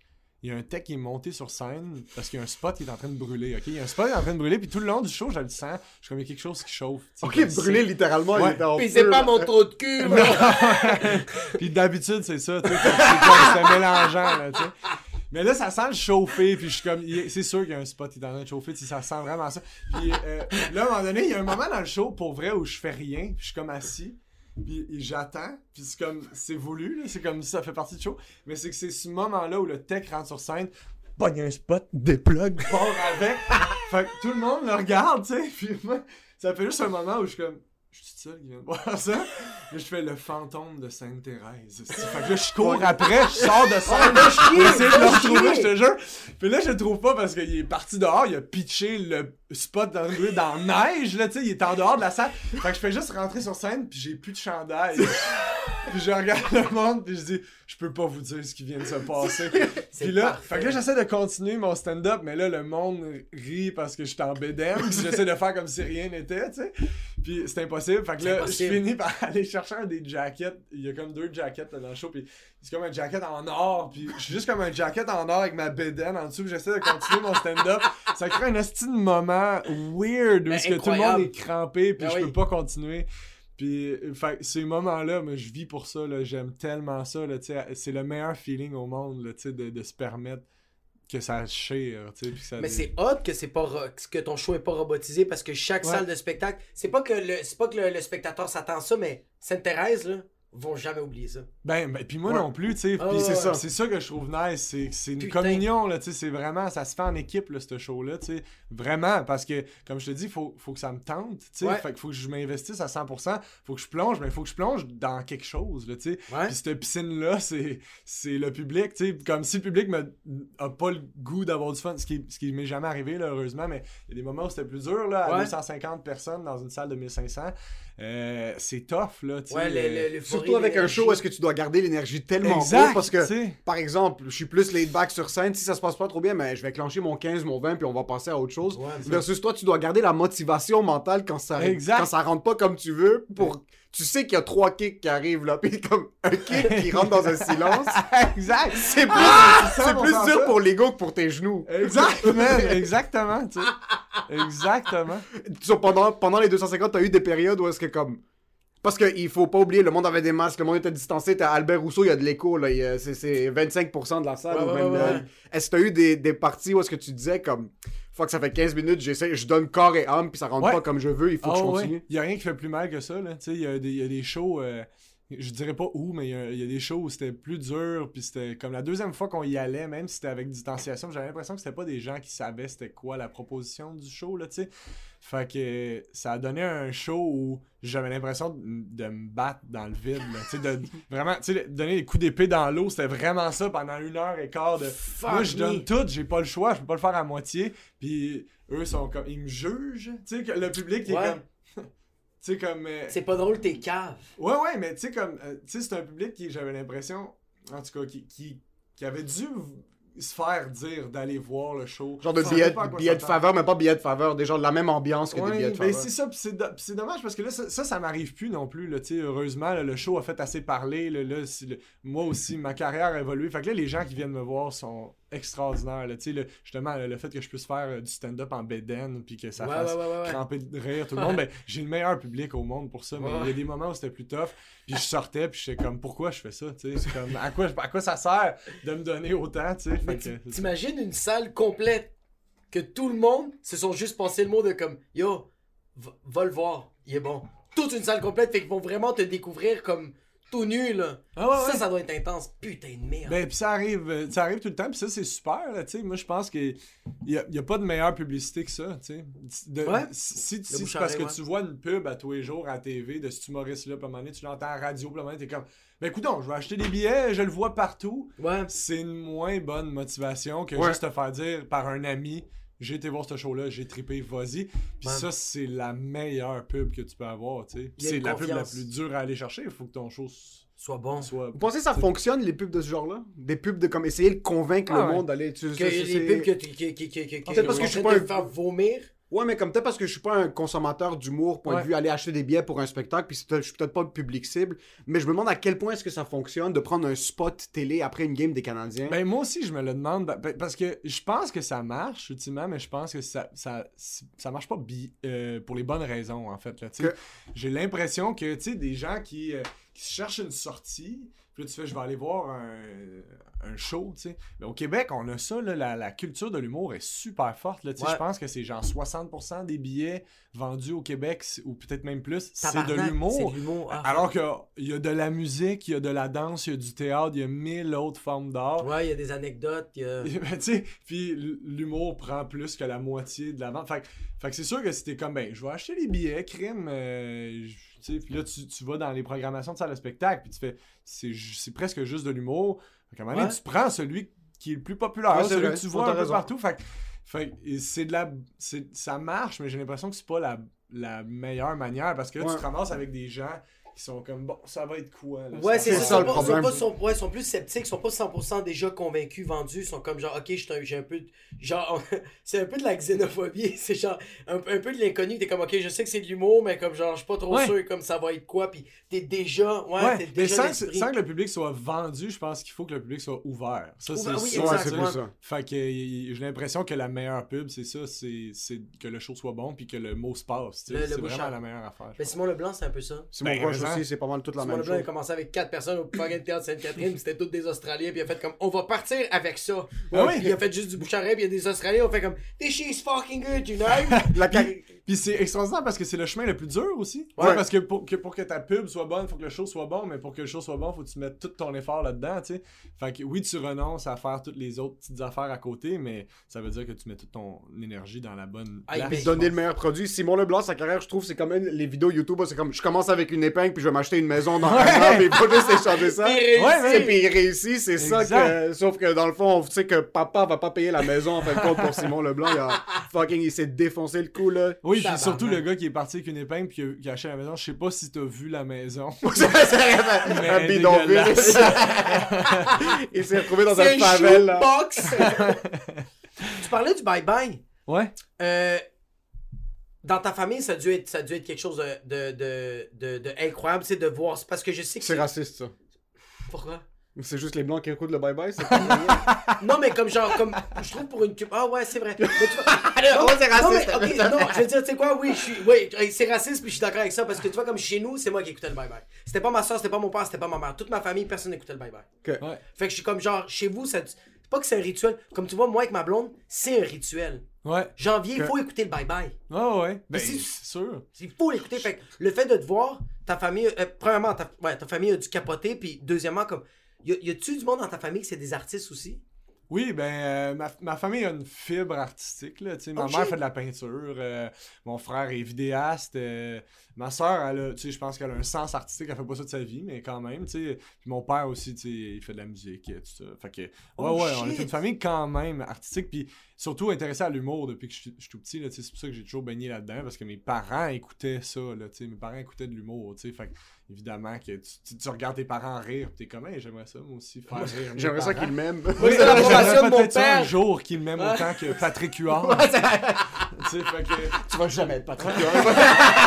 tech qui est monté sur scène parce qu'il y a un spot qui est en train de brûler, ok? Il y a un spot qui est en train de brûler, puis tout le long du show, je le sens. Je suis comme, il y a quelque chose qui chauffe. tu sais, Ok, comme brûlé c'est- littéralement, Ouais. il était en Pis feu, c'est pas là. mon trou de cul, là. Puis d'habitude, c'est ça, tu sais. C'est mélangeant, là, tu sais. Mais là, ça sent le chauffer, puis je suis comme... C'est sûr qu'il y a un spot qui est en train de chauffer, tu sais, ça sent vraiment ça. Puis là, à un moment donné, il y a un moment dans le show, pour vrai, où je fais rien, puis je suis comme assis, puis j'attends, puis c'est comme... C'est voulu, là, c'est comme ça fait partie du show, mais c'est que c'est ce moment-là où le tech rentre sur scène, pogne un spot, déplug, part avec. Fait que tout le monde le regarde, tu sais, puis moi, ça fait juste un moment où je suis comme... Je suis seul qui vient de voir ça. Là, je fais le fantôme de Sainte-Thérèse. Fait que là, je cours après, je sors de scène, pour essayer de le retrouver, je te jure. Puis là, je le trouve pas parce qu'il est parti dehors, il a pitché le spot dans la neige, là, tu sais, il est en dehors de la salle. Fait que je fais juste rentrer sur scène, puis j'ai plus de chandail. Puis je regarde le monde, puis je dis, je peux pas vous dire ce qui vient de se passer. Puis là, parfait. fait que là, j'essaie de continuer mon stand-up, mais là, le monde rit parce que je suis en bédaine, puis j'essaie de faire comme si rien n'était, tu sais. Puis c'est impossible. Fait que C'est là, impossible. je finis par aller chercher un des jackets. Il y a comme 2 jackets là, dans le show, puis c'est comme un jacket en or, puis je suis juste comme un jacket en or avec ma bédaine en dessous, puis j'essaie de continuer mon stand-up. Ça crée un esti de moment weird où est-ce que tout le monde incroyable. est crampé, puis Ben je oui. peux pas continuer. Puis, fait, ces moments-là, moi, je vis pour ça, là, j'aime tellement ça, là, tu sais, c'est le meilleur feeling au monde, là, tu sais, de se permettre que ça chire, tu sais, puis que ça... Mais c'est hot que c'est pas que ton show est pas robotisé parce que chaque Ouais. salle de spectacle, c'est pas que le spectateur s'attend à ça, mais Sainte-Thérèse là vont jamais oublier ça. Ben puis moi Ouais. non plus, tu sais. Ah Puis ouais. c'est ça que je trouve nice. C'est une Putain. communion, là, tu sais. C'est vraiment, ça se fait en équipe, là, ce show-là, tu sais. Vraiment, parce que, comme je te dis, faut que ça me tente, tu sais. Ouais. Fait qu'il faut que je m'investisse à 100%. Faut que je plonge, mais il faut que je plonge dans quelque chose, là, tu sais. Ouais. Puis cette piscine-là, c'est le public, tu sais. Comme si le public a pas le goût d'avoir du fun, ce qui m'est jamais arrivé, là, heureusement, mais il y a des moments où c'était plus dur, là, à Ouais. 250 personnes dans une salle de 1500. C'est tough, là, tu sais. Ouais, l'euphorie, Surtout avec un l'énergie. show, est-ce que tu dois garder l'énergie tellement Exact, haute parce que, tu sais. par exemple, je suis plus laid back sur scène, si ça se passe pas trop bien, mais je vais clencher mon 15, mon 20, puis on va passer à autre chose. Ouais, c'est Versus toi, tu dois garder la motivation mentale quand ça rentre pas comme tu veux, pour... Tu sais qu'il y a 3 kicks qui arrivent, là, puis comme un kick qui rentre dans un silence, Exact. c'est plus, c'est c'est plus dur pour l'ego que pour tes genoux. Exactement, exactement, tu sais. Exactement. Pendant les 250, t'as eu des périodes où est-ce que comme... Parce qu'il faut pas oublier, le monde avait des masques, le monde était distancé. T'as Albert Rousseau, il y a de l'écho, là. C'est 25% de la salle. Ouais, ou ouais, même, ouais. Est-ce que t'as eu des parties où est-ce que tu disais comme... Fuck, ça fait 15 minutes, je donne corps et âme, puis ça rentre Ouais. pas comme je veux, il faut que je Ah continue. ouais. Il y a rien qui fait plus mal que ça, là. Tu sais, il y a des shows... je dirais pas où, mais il y a des shows où c'était plus dur, puis c'était comme la deuxième fois qu'on y allait, même si c'était avec distanciation, j'avais l'impression que c'était pas des gens qui savaient c'était quoi la proposition du show, là, tu sais. Fait que ça a donné un show où j'avais l'impression de me battre dans le vide, là, tu sais, de vraiment, tu sais, donner des coups d'épée dans l'eau, c'était vraiment ça pendant 1h15 de... Moi, je donne tout, j'ai pas le choix, je peux pas le faire à moitié, puis eux sont comme... Ils me jugent, tu sais, que le public est comme... Tu sais, comme... C'est pas drôle, t'es cave. Ouais, mais tu sais, comme... tu sais, c'est un public qui, j'avais l'impression, en tout cas, qui avait dû se faire dire d'aller voir le show. Genre de billets de faveur, mais pas billets de faveur, des gens de la même ambiance que des billets de faveur. C'est ça, pis c'est dommage parce que là, ça m'arrive plus non plus, là, tu sais, heureusement, là, le show a fait assez parler, moi aussi, ma carrière a évolué, fait que là, les gens qui viennent me voir sont extraordinaires, là, tu sais, justement, le fait que je puisse faire du stand-up en bédaine, puis que ça fasse cramper de rire tout le monde, ben, j'ai le meilleur public au monde pour ça, mais il y a des moments où c'était plus tough, puis je sortais, puis j'étais comme, pourquoi je fais ça, tu sais, c'est comme, à quoi ça sert de me donner autant, tu sais. Mais t'imagines une salle complète que tout le monde se sont juste pensé le mot de comme yo, va le voir, il est bon. Toute une salle complète, fait qu'ils vont vraiment te découvrir comme tout nu là. Ça doit être intense, putain de merde. Ben pis ça arrive tout le temps, pis ça c'est super là, tu sais. Moi je pense que y a pas de meilleure publicité que ça, tu sais. Si c'est parce que tu vois une pub à tous les jours à la TV de cet humoriste là, puis à un moment donné tu l'entends à la radio, puis à un moment donné t'es comme ben écoute, je vais acheter des billets, je le vois partout. C'est une moins bonne motivation que juste te faire dire par un ami, j'ai été voir ce show-là, j'ai trippé, vas-y. Puis ça, c'est la meilleure pub que tu peux avoir, tu sais. C'est la pub la plus dure à aller chercher, il faut que ton show soit bon. Vous pensez que ça fonctionne, les pubs de ce genre-là? Des pubs de comme essayer de convaincre le monde d'aller utiliser... Les pubs peut-être parce que je suis pas faire vomir. Ouais, mais comme peut-être parce que je suis pas un consommateur d'humour, point de vue, aller acheter des billets pour un spectacle, puis je suis peut-être pas le public cible, mais je me demande à quel point est-ce que ça fonctionne de prendre un spot télé après une game des Canadiens. Ben moi aussi, je me le demande, parce que je pense que ça marche, ultimement, mais je pense que ça marche pas pour les bonnes raisons, en fait. Là, j'ai l'impression que, tu sais, des gens qui se cherchent une sortie, puis là, tu fais, je vais aller voir un show, tu sais. Mais au Québec, on a ça, là, la culture de l'humour est super forte, là, tu sais. Je pense que c'est genre 60% des billets vendus au Québec, ou peut-être même plus, c'est de l'humour. C'est de l'humour. Alors qu'il y a de la musique, il y a de la danse, il y a du théâtre, il y a 1000 autres formes d'art. Ouais, il y a des anecdotes, il y a... tu sais, puis l'humour prend plus que la moitié de la vente. Fait que c'est sûr que c'était comme, ben, je vais acheter les billets, crime, puis là, tu vas dans les programmations de salle de spectacle, puis tu fais, c'est presque juste de l'humour. Fait qu'à un moment donné, tu prends celui qui est le plus populaire, celui que tu vois un peu partout. Fait ça marche, mais j'ai l'impression que c'est pas la meilleure manière, parce que là, tu te ramasses avec des gens qui sont comme, bon, ça va être quoi? Là, ouais, c'est ça le problème. Ils sont plus sceptiques, ils sont pas 100% déjà convaincus, vendus, ils sont comme genre, ok, j'ai un peu, genre, c'est un peu de la xénophobie, c'est genre, un peu de l'inconnu, t'es comme, ok, je sais que c'est de l'humour, mais comme genre, je suis pas trop sûr comme ça va être quoi, pis t'es déjà, t'es déjà mais sans que le public soit vendu, je pense qu'il faut que le public soit ouvert. Ça, c'est plus ça. Fait que j'ai l'impression que la meilleure pub, c'est ça, c'est que le show soit bon, puis que le mot se passe, c'est vraiment la meilleure affaire. Mais Simon Leblanc, c'est un peu ça. Aussi, c'est pas mal toute la même chose. Simon Leblanc, il a commencé avec 4 personnes au Fucking Théâtre Sainte-Catherine, c'était tous des Australiens, puis il a fait comme, on va partir avec ça. Il a fait juste du bouche-à-oreille, puis il y a des Australiens, on fait comme, this shit is fucking good, you know? Puis c'est extraordinaire parce que c'est le chemin le plus dur aussi. Parce que pour que ta pub soit bonne, faut que le show soit bon, mais pour que le show soit bon, faut que tu mettes tout ton effort là-dedans, tu sais. Fait que oui, tu renonces à faire toutes les autres petites affaires à côté, mais ça veut dire que tu mets toute ton énergie dans la bonne place. Donner le meilleur produit. Simon Leblanc, sa carrière, je trouve, c'est comme les vidéos YouTube, c'est comme, je commence avec une épingle, puis je vais m'acheter une maison dans un an, mais il faut juste échanger ça. Puis il réussit, c'est ça que... Sauf que dans le fond, on sait que papa va pas payer la maison, en fin de compte, pour Simon Leblanc. Il s'est défoncé le coup, là. Oui, puis surtout le gars qui est parti avec une épingle puis qui a acheté la maison, je sais pas si t'as vu la maison. Un bidonville. Il s'est retrouvé dans un favel. Tu parlais du bye-bye. Ouais. Dans ta famille, ça a dû être quelque chose de incroyable, c'est de voir. Parce que je sais que c'est raciste, ça. Pourquoi? C'est juste les blancs qui écoutent le bye-bye, c'est non, mais comme je trouve pour une... Ah ouais, c'est vrai. Mais c'est raciste. Non, je veux dire, tu sais quoi, oui, c'est raciste, puis je suis d'accord avec ça, parce que tu vois, comme chez nous, c'est moi qui écoutais le bye-bye. C'était pas ma soeur, c'était pas mon père, c'était pas ma mère. Toute ma famille, personne n'écoutait le bye-bye. Okay. Ouais. Fait que je suis comme genre, chez vous, c'est pas que c'est un rituel. Comme tu vois, moi avec ma blonde, c'est un rituel. Ouais. Janvier, il faut écouter le bye-bye. Ouais. Ben, c'est sûr. Il faut l'écouter. Fait que le fait de te voir, ta famille, premièrement, ta famille a dû capoter, puis deuxièmement, comme, y a-tu du monde dans ta famille qui c'est des artistes aussi? Oui, ben, ma famille a une fibre artistique, là, tu sais. Ma mère fait de la peinture, mon frère est vidéaste, ma soeur, elle a, tu sais, je pense qu'elle a un sens artistique, elle fait pas ça de sa vie, mais quand même, tu sais. Puis mon père aussi, tu sais, il fait de la musique, tout ça. Fait que, on est une famille quand même artistique, puis surtout intéressée à l'humour depuis que je suis tout petit, là, tu sais. C'est pour ça que j'ai toujours baigné là-dedans, parce que mes parents écoutaient ça, là, tu sais. Mes parents écoutaient de l'humour, tu sais. Fait que, évidemment, que tu regardes tes parents rire, pis t'es comme, hey, j'aimerais ça, moi aussi, faire rire. J'aimerais ça qu'ils m'aiment. Oui, c'est l'approbation de mon peut-être ça père. un jour qu'il m'aime autant que Patrick Huard. Tu sais, fait que... Tu vas jamais être Patrick Huard.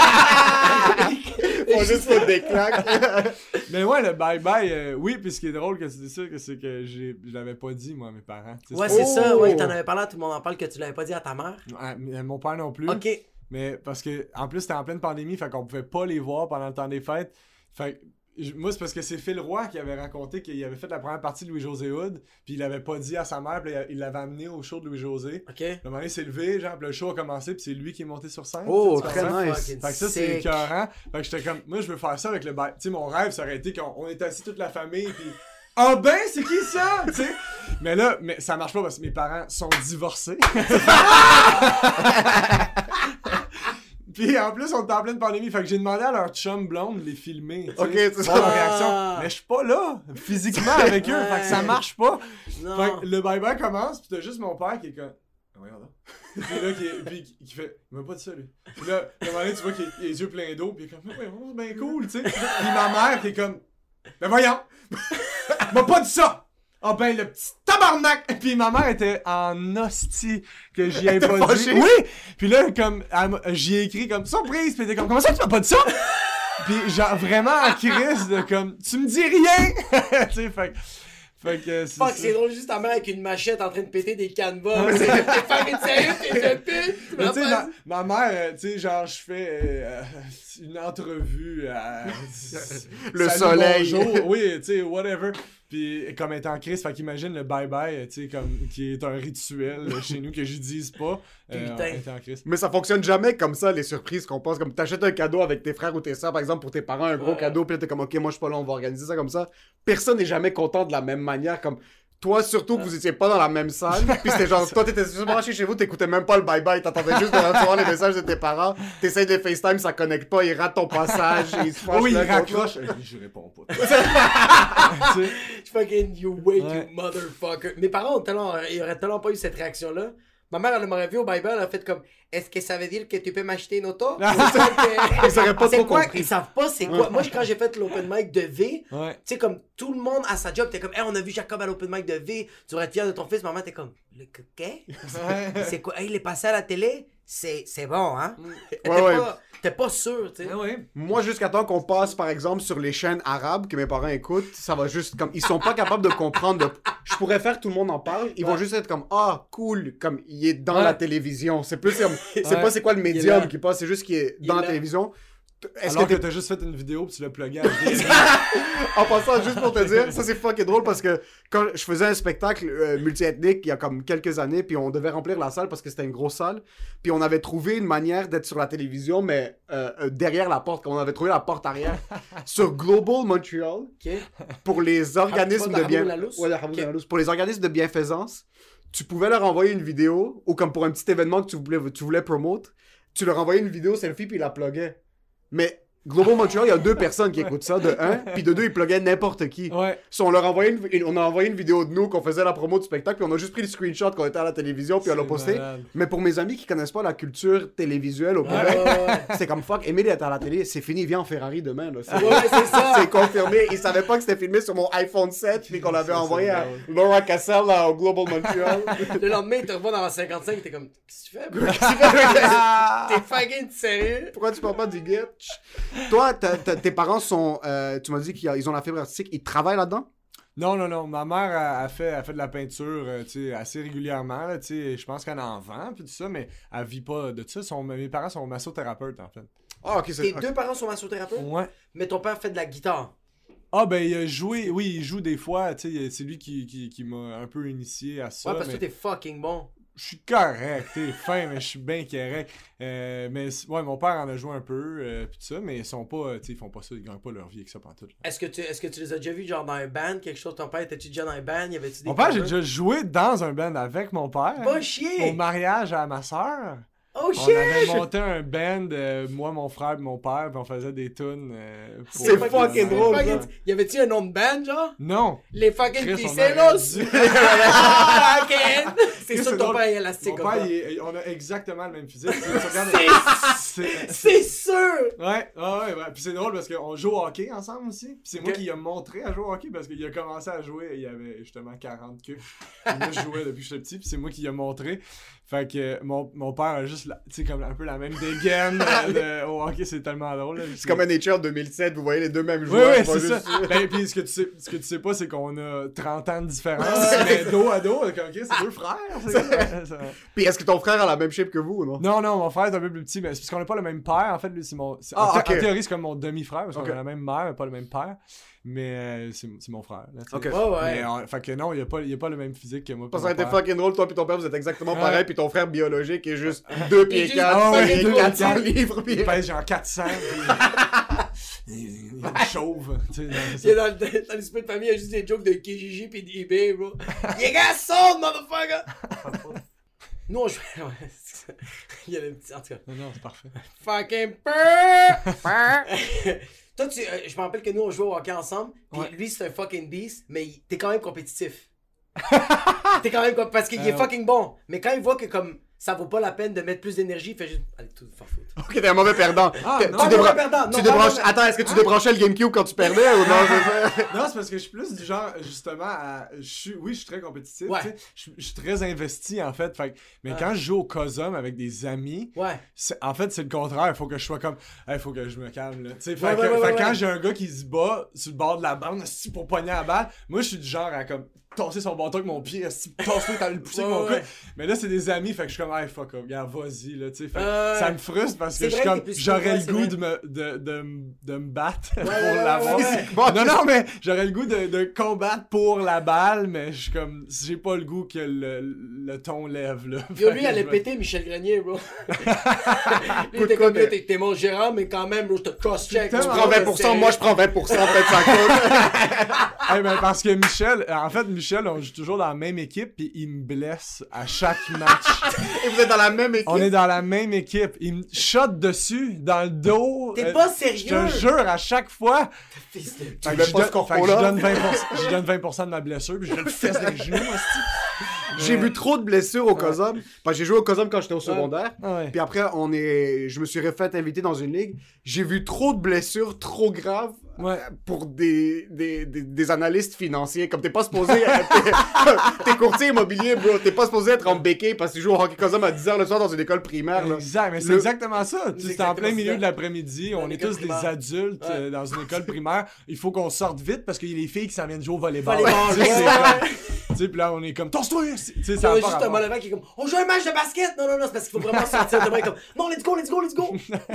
Faut juste foutre des claques. Mais ouais, le bye-bye, oui, puis ce qui est drôle que tu dis ça, c'est que je l'avais pas dit, moi, à mes parents. Ouais, c'est ça, ouais, t'en avais parlé, tout le monde en parle, que tu l'avais pas dit à ta mère. Mon père non plus. Ok. Mais parce que, en plus, c'était en pleine pandémie, fait qu'on pouvait pas les voir pendant le temps des fêtes. Fait moi, c'est parce que c'est Phil Roy qui avait raconté qu'il avait fait la première partie de Louis-José Hood, puis il l'avait pas dit à sa mère, puis il l'avait amené au show de Louis-José. Ok. Le moment donné, il s'est levé, genre, puis le show a commencé, puis c'est lui qui est monté sur scène. Oh, tu très comprends? nice. Fait que ça, c'est écœurant. Fait que j'étais comme, moi, je veux faire ça avec le bail. Tu sais, mon rêve, ça aurait été qu'on était assis toute la famille, puis ah ben, c'est qui ça? Tu sais? Mais là, ça marche pas parce que mes parents sont divorcés. Puis en plus, on était en pleine pandémie. Fait que j'ai demandé à leur chum blonde de les filmer. Ok, c'est c'est ça. Leur réaction. Mais je suis pas là, physiquement avec eux. Fait que ça marche pas. Non. Fait que le bye-bye commence, puis t'as juste mon père qui est comme. Ah, regarde là. Puis là, qui fait. Il m'a pas dit ça, lui. Puis là, à un moment donné, tu vois qu'il a les yeux pleins d'eau, puis il est comme. Ouais, c'est bien cool, tu sais. Puis ma mère qui est comme. Ben voyons! Il m'a pas dit ça! Ah ben le petit tabarnak! Puis ma mère était en hostie que j'y ai pas dit. Oui! Puis là, comme, j'y ai écrit comme surprise, puis elle était comme, comment ça tu m'as pas dit ça? Puis genre vraiment en crise de comme, tu me dis rien! Tu sais, fait que Fuck, c'est drôle, juste ta mère avec une machette en train de péter des canevas. T'es fucking sérieux, t'es de pute! Mais tu sais, ma mère, tu sais, genre, je fais une entrevue à... Le Salut, soleil. Bonjour, oui, tu sais, whatever. Puis comme elle est en crise, fait qu'imagine le bye-bye, tu sais, comme, qui est un rituel chez nous que je dise pas. Putain. Elle était en crise. Mais ça fonctionne jamais comme ça, les surprises qu'on pense. Comme t'achètes un cadeau avec tes frères ou tes soeurs, par exemple, pour tes parents, un gros cadeau, puis là, t'es comme, ok, moi je suis pas là, on va organiser ça comme ça. Personne n'est jamais content de la même manière. Comme toi, surtout que vous étiez pas dans la même salle, puis c'était genre, toi t'étais juste branché chez vous, t'écoutais même pas le bye-bye, t'entendais juste de recevoir les messages de tes parents, t'essayes de FaceTime, ça connecte pas, ils ratent ton passage, ils se fâchent. Oui, il l'un contre l'autre. raccroche. Je réponds pas. Tu sais. Fucking you wait, Ouais. you motherfucker. Mes parents ils auraient tellement pas eu cette réaction-là. Ma mère, elle m'aurait vu au Bible, elle a fait comme, est-ce que ça veut dire que tu peux m'acheter une auto? Ils auraient pas C'est trop quoi? compris. Ils savent pas c'est quoi. Moi, quand j'ai fait l'open mic de V, Ouais. tu sais, comme tout le monde à sa job, t'es comme, hey, on a vu Jacob à l'open mic de V, tu devrais être fier de ton fils. Maman, t'es comme, le quai? C'est quoi? Hey, il est passé à la télé? C'est bon, hein? T'es pas sûr, tu sais. Moi, jusqu'à temps qu'on passe, par exemple, sur les chaînes arabes que mes parents écoutent, ça va juste comme... Ils sont pas capables de comprendre. Je pourrais faire tout le monde en parle. Ils vont juste être comme, ah, cool, comme il est dans la télévision. C'est plus comme... C'est pas c'est quoi le médium qui passe, c'est juste qu'il est dans la télévision. Alors que t'as juste fait une vidéo pis tu l'as plugué à En passant, juste pour te dire, ça c'est fucking drôle parce que quand je faisais un spectacle multiethnique il y a comme quelques années, puis on devait remplir la salle parce que c'était une grosse salle, puis on avait trouvé une manière d'être sur la télévision, mais derrière la porte, comme on avait trouvé la porte arrière, sur Global Montreal, pour les organismes de pour les organismes de bienfaisance, tu pouvais leur envoyer une vidéo, ou comme pour un petit événement que tu voulais promote, tu leur envoyais une vidéo selfie puis ils la pluguaient. Mais Global Montreal, il y a 2 personnes qui écoutent ça, de 1, puis de 2, ils pluguaient n'importe qui. Ouais. So, on leur a envoyé on a envoyé une vidéo de nous qu'on faisait la promo du spectacle, puis on a juste pris le screenshot qu'on était à la télévision, puis on l'a posté. Malade. Mais pour mes amis qui connaissent pas la culture télévisuelle au Québec, c'est comme fuck, Emile est à la télé, c'est fini, viens en Ferrari demain. Là. C'est ça. C'est confirmé. Ils savaient pas que c'était filmé sur mon iPhone 7, puis qu'on l'avait envoyé à Laura Cassell là, au Global Montreal. Le lendemain, il te revoit dans la 55, t'es comme, qu'est-ce que tu fais, bro? T'es fucking sérieux? Pourquoi tu parles pas du Gitch? Toi, tes parents sont, tu m'as dit qu'ils ont la fibre artistique, ils travaillent là-dedans? Non. Ma mère a fait de la peinture tu sais, assez régulièrement. Là, tu sais, je pense qu'elle en vend puis tout ça, mais elle vit pas de ça. Mes parents sont massothérapeutes, en fait. Ah, ok, Tes 2 parents sont massothérapeutes? Ouais. Mais ton père fait de la guitare. Ah, ben, il a joué. Oui, il joue des fois. Tu sais, c'est lui qui m'a un peu initié à ça. Ouais, parce que mais... toi, t'es fucking bon. Je suis correct, t'es fin, mais je suis bien correct. Mais ouais, mon père en a joué un peu, pis tout ça, mais ils sont pas, ils font pas ça, ils gagnent pas leur vie avec ça pantoute. Est-ce que tu les as déjà vus genre dans un band, quelque chose? Ton père, étais-tu déjà dans un band? Y avait-tu des Mon père, j'ai covers? déjà joué dans un band avec mon père. Pas chier! Au mariage à ma soeur. Oh On avait shit! monté un band, moi, mon frère et mon père, puis on faisait des tunes. C'est fucking drôle, ça. Y avait-tu un nom de band, genre? Non! Les fucking Chris, on Picelos! aurait dû. Fucking! C'est Chris, sûr que c'est ton drôle. père est élastique. Mon père, comme on a exactement le même physique. Tu regardes- C'est sûr! Ouais. Puis c'est drôle parce qu'on joue au hockey ensemble aussi. Puis c'est moi Ok. qui lui a montré à jouer au hockey parce qu'il a commencé à jouer, il avait justement 40 queues. Moi, je jouais depuis que j'étais petit, puis c'est moi qui lui a montré. Fait que mon père a juste, tu sais, comme un peu la même dégaine au hockey, c'est tellement drôle. Là. C'est comme NHL 2007, vous voyez les deux mêmes Oui, joueurs. oui, pas c'est juste- ça. Ben, puis ce que tu sais pas, c'est qu'on a 30 ans de différence. Mais dos à dos, ok, c'est deux frères. Ça. Puis est-ce que ton frère a la même shape que vous ou non? Non, mon frère est un peu plus petit, mais c'est parce qu'on n'a pas le même père. En fait, lui, c'est mon. Ah, en ok. théorie, c'est comme mon demi-frère, parce Ok. qu'on a la même mère, mais pas le même père. Mais c'est mon frère. Là, tu sais. Ok. Ouais. Mais, fait que non, il a pas le même physique que moi. Parce puis que ça a mon été père. fucking drôle, toi puis ton père, vous êtes exactement Ouais. pareil, puis ton frère biologique est juste 2 pieds juste 4, Ah ouais, 2 pieds 400 4. livres, puis... Il pèse genre 400. Puis... il est chauve. Tu sais, non, c'est Il est ça. dans l'esprit de famille, il y a juste des jokes de KGG pis d'eBay, bro. You got sold, motherfucker! Nous, on jouait. Ouais, c'est ça. Il y a le petit. En tout cas. Non, c'est parfait. Fucking purr! Toi, je me rappelle que nous, on jouait au hockey ensemble. Pis Ouais. lui, c'est un fucking beast, mais t'es quand même compétitif. T'es quand même parce qu'il est Ouais. fucking bon. Mais quand il voit que comme ça vaut pas la peine de mettre plus d'énergie, il fait juste. Allez, tout faire foutre. Ok, t'es un mauvais perdant. Ah, Tu non, pas mauvais perdant, non, tu pas débranches... mauvais- Attends, est-ce que tu débranchais le GameCube quand tu perdais ou non? c'est ça? Non, c'est parce que je suis plus du genre, justement, oui, je suis très compétitif, Ouais. tu sais. Je suis très investi, en fait. Mais quand je joue au COSUM avec des amis, Ouais. en fait, c'est le contraire. Il faut que je sois comme, il faut que je me calme, là. Tu sais, Ouais, ouais, quand ouais. j'ai un gars qui se bat sur le bord de la bande, esti, pour pogner la balle, moi, je suis du genre à comme tasser son bâton avec mon pied, esti, tasse-toi, t'as le pousser avec mon Ouais. coude. Mais là, c'est des amis, fait que je suis comme, hey, fuck up, regarde, vas-y, là, tu sais. Fait que Ouais. ça me frustre parce C'est que je suis vrai comme, que t'es plus j'aurais cool, le ouais, c'est goût vrai. de me battre pour ouais, l'avoir. ouais. Physiquement, Non, mais j'aurais le goût de combattre pour la balle, mais je suis comme, j'ai pas le goût que le ton lève, là. Yo, Fait lui, que il allait je vais- péter Michel Grenier, bro. Lui, Coup de t'es comme, coude, yo, t'es mon gérant, mais quand même, bro, je te cross-check. Tu Tu prends 20%, moi je prends 20%, peut-être ça compte. Eh ben, parce que Michel, on joue toujours dans la même équipe, puis il me blesse à chaque match. Et vous êtes dans la même équipe. On est dans la même équipe. Il me shot dessus, dans le dos. T'es pas Je sérieux? te jure, à chaque fois. Fils de... Fait voulais que je pas ce fait que corpo-là? je donne 20%, je donne 20% de ma blessure, puis je le fesse dans les genoux, hostie. J'ai vu trop de blessures au COSUM. Parce que j'ai joué au COSUM quand j'étais au secondaire. Ah ouais. Puis après, je me suis refait inviter dans une ligue. J'ai vu trop de blessures trop graves Ouais. pour des analystes financiers. Comme t'es pas supposé... t'es courtier immobilier, bro. T'es pas supposé être en béquille parce que tu joues au hockey COSUM à 10h le soir dans une école primaire. Là. Exact, mais c'est Le- exactement ça. Tu sais, c'est en plein exactement milieu ça. de l'après-midi, on Dans est l'école tous des primaire. adultes Ouais. dans une école primaire. Il faut qu'on sorte vite parce qu'il y a les filles qui s'en viennent jouer au volleyball. Volleyball, Tu sais, c'est ouais. comme- tu sais, puis là, on est comme, tosse-toi! Tu sais, Il y ça a a juste pas un rapport. malevant qui est comme, on joue un match de basket! Non, c'est parce qu'il faut vraiment sortir. T'es comme, non, let's go!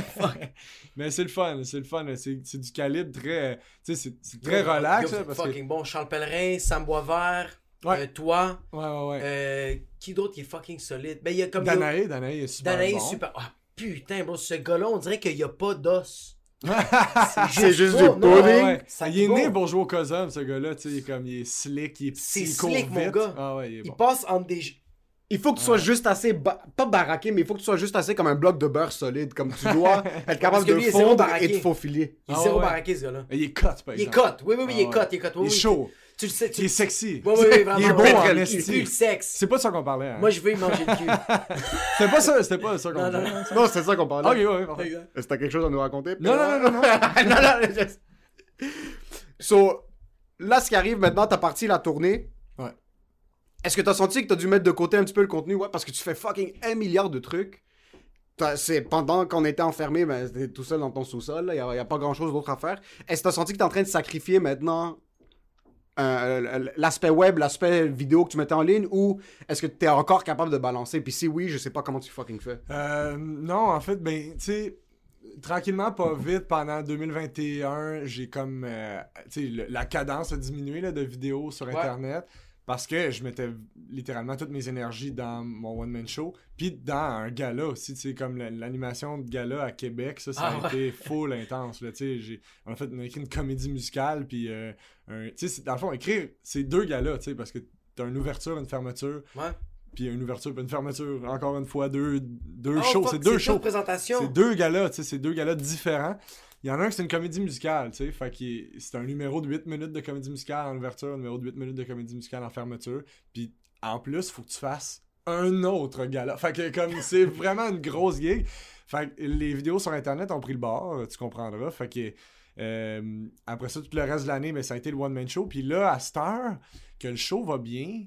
Mais c'est le fun. C'est du calibre très, tu sais, c'est très relax. Yo, là, parce que... fucking bon. Charles Pellerin, Sam Boisvert, Ouais. toi. Ouais. Qui d'autre qui est fucking solide? Ben, il y a comme. Danae est super Danae bon. est super. Ah, putain, bro, ce gars-là, on dirait qu'il y a pas d'os. C'est juste ça, du non, pudding. Ouais. Ça Il est vaut. né pour jouer au COSUM, ce gars-là. Tu sais, il est slick, il est petit, C'est il court slick, mon vite. gars. Ah ouais, il est Il bon. passe entre des. Il faut que tu sois juste assez... pas baraqué, mais il faut que tu sois juste assez comme un bloc de beurre solide. Comme tu dois être capable que de lui, il est zéro fondre baraqué. et de faufiler. Il est Ah zéro ouais. baraqué, ce gars-là. Il est cut, par Il est exemple. cut. Oui, il est Ah cut. ouais. Il est cut. Il Oui, est oui. chaud. Tu le sais. Il est sexy. Oui, vraiment. Il est beau vraiment. en Il esti. pue le sexe. C'est pas de ça qu'on parlait. Hein. Moi, je veux y manger le cul. C'était pas ça qu'on Non, parlait. non. Non, c'est ça qu'on parlait. Ok, ouais, parfait. Est-ce que t'as quelque chose à nous raconter? Non. non. So, là, ce qui arrive maintenant, t'as parti la tournée. Ouais. Est-ce que t'as senti que t'as dû mettre de côté un petit peu le contenu? Ouais, parce que tu fais fucking 1 milliard de trucs. C'est pendant qu'on était enfermé, ben, t'étais tout seul dans ton sous-sol, il y a pas grand-chose d'autre à faire. Est-ce que t'as senti que t'es en train de sacrifier maintenant l'aspect web, l'aspect vidéo que tu mettais en ligne, ou est-ce que t'es encore capable de balancer? Puis si oui, je sais pas comment tu fucking fais. Non, en fait, ben, tu sais, tranquillement, pas vite, pendant 2021, j'ai comme, tu sais, la cadence a diminué là, de vidéos sur Internet. Parce que je mettais littéralement toutes mes énergies dans mon one-man show. Puis dans un gala aussi, tu sais, comme l'animation de gala à Québec, ça a été full intense. Là, tu sais, on a écrit une comédie musicale, puis tu sais, dans le fond, écrire, c'est 2 galas, tu sais, parce que t'as une ouverture, une fermeture. Ouais. Puis une ouverture, puis une fermeture. Encore une fois, deux shows. C'est 2 shows. C'est 2 galas, tu sais, c'est 2 galas différents. Il y en a un qui c'est une comédie musicale, tu sais, fait que c'est un numéro de 8 minutes de comédie musicale en ouverture, un numéro de 8 minutes de comédie musicale en fermeture, puis en plus, faut que tu fasses un autre gala. Fait que comme c'est vraiment une grosse gig. Fait que les vidéos sur Internet ont pris le bord, tu comprendras. Fait que après ça, tout le reste de l'année, ça a été le one-man show. Puis là, à cette heure, que le show va bien,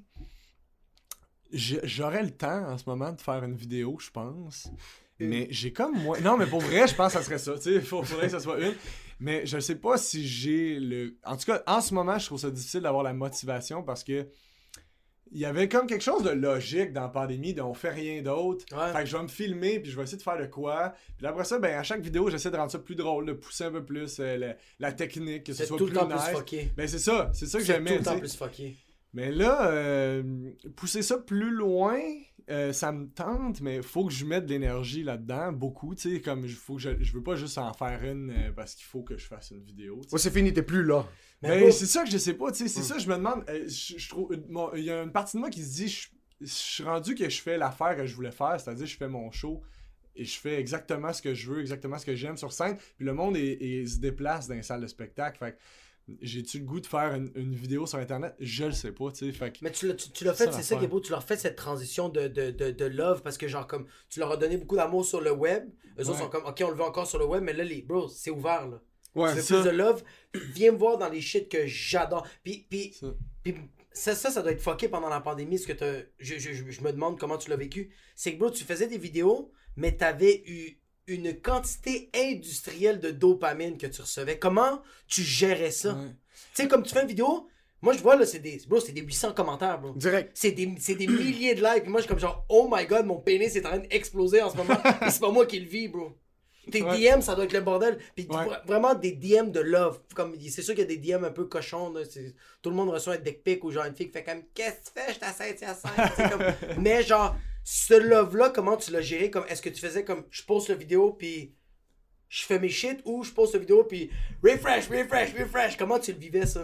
j'aurais le temps en ce moment de faire une vidéo, je pense. Mais j'ai comme moi. Non, mais pour vrai, je pense que ça serait ça. Tu sais, il faudrait que ça soit une. Mais je sais pas si j'ai le. En tout cas, en ce moment, je trouve ça difficile d'avoir la motivation parce que il y avait comme quelque chose de logique dans la pandémie, de on fait rien d'autre. Ouais. Fait que je vais me filmer, puis je vais essayer de faire de quoi. Puis après ça, à chaque vidéo, j'essaie de rendre ça plus drôle, de pousser un peu plus la technique, que ce soit plus nice. C'est tout le temps plus fucké. C'est ça que j'aimais. C'est tout le temps plus fucké. Mais là, pousser ça plus loin, ça me tente, mais faut que je mette de l'énergie là-dedans, beaucoup, tu sais, comme je veux pas juste en faire une parce qu'il faut que je fasse une vidéo. Ouais, c'est fini, t'es plus là. Mais c'est ça que je sais pas, tu sais, c'est ça, je me demande, je trouve, il y a une partie de moi qui se dit, je suis rendu que je fais l'affaire que je voulais faire, c'est-à-dire je fais mon show et je fais exactement ce que je veux, exactement ce que j'aime sur scène, puis le monde se déplace dans les salles de spectacle, fait que j'ai-tu le goût de faire une vidéo sur Internet? Je le sais pas, tu sais. Fait que mais tu l'as fait, c'est ça qui est beau, tu leur fais cette transition de love parce que genre comme tu leur as donné beaucoup d'amour sur le web. Eux autres sont comme ok, on le veut encore sur le web, mais là bro, c'est ouvert là. Ouais, tu veux plus de love, viens me voir dans les shit que j'adore. Puis ça doit être fucké pendant la pandémie, ce que je me demande comment tu l'as vécu. C'est que bro, tu faisais des vidéos, mais t'avais eu une quantité industrielle de dopamine que tu recevais. Comment tu gérais ça? Ouais. Tu sais, comme tu fais une vidéo, moi je vois là, c'est des 800 commentaires, bro. Direct. C'est des milliers de likes. Puis moi je suis comme genre, oh my god, mon pénis est en train d'exploser en ce moment. Et c'est pas moi qui le vis, bro. Tes DM, ça doit être le bordel. Puis vraiment des DM de love. Comme, c'est sûr qu'il y a des DM un peu cochons. Là. Tout le monde reçoit un dick pic ou genre une fille qui fait comme, qu'est-ce que tu fais? Je t'assète à ça. Mais genre, ce love-là, comment tu l'as géré? Comme, est-ce que tu faisais comme, je poste la vidéo puis je fais mes shit ou je poste la vidéo puis refresh? Comment tu le vivais, ça?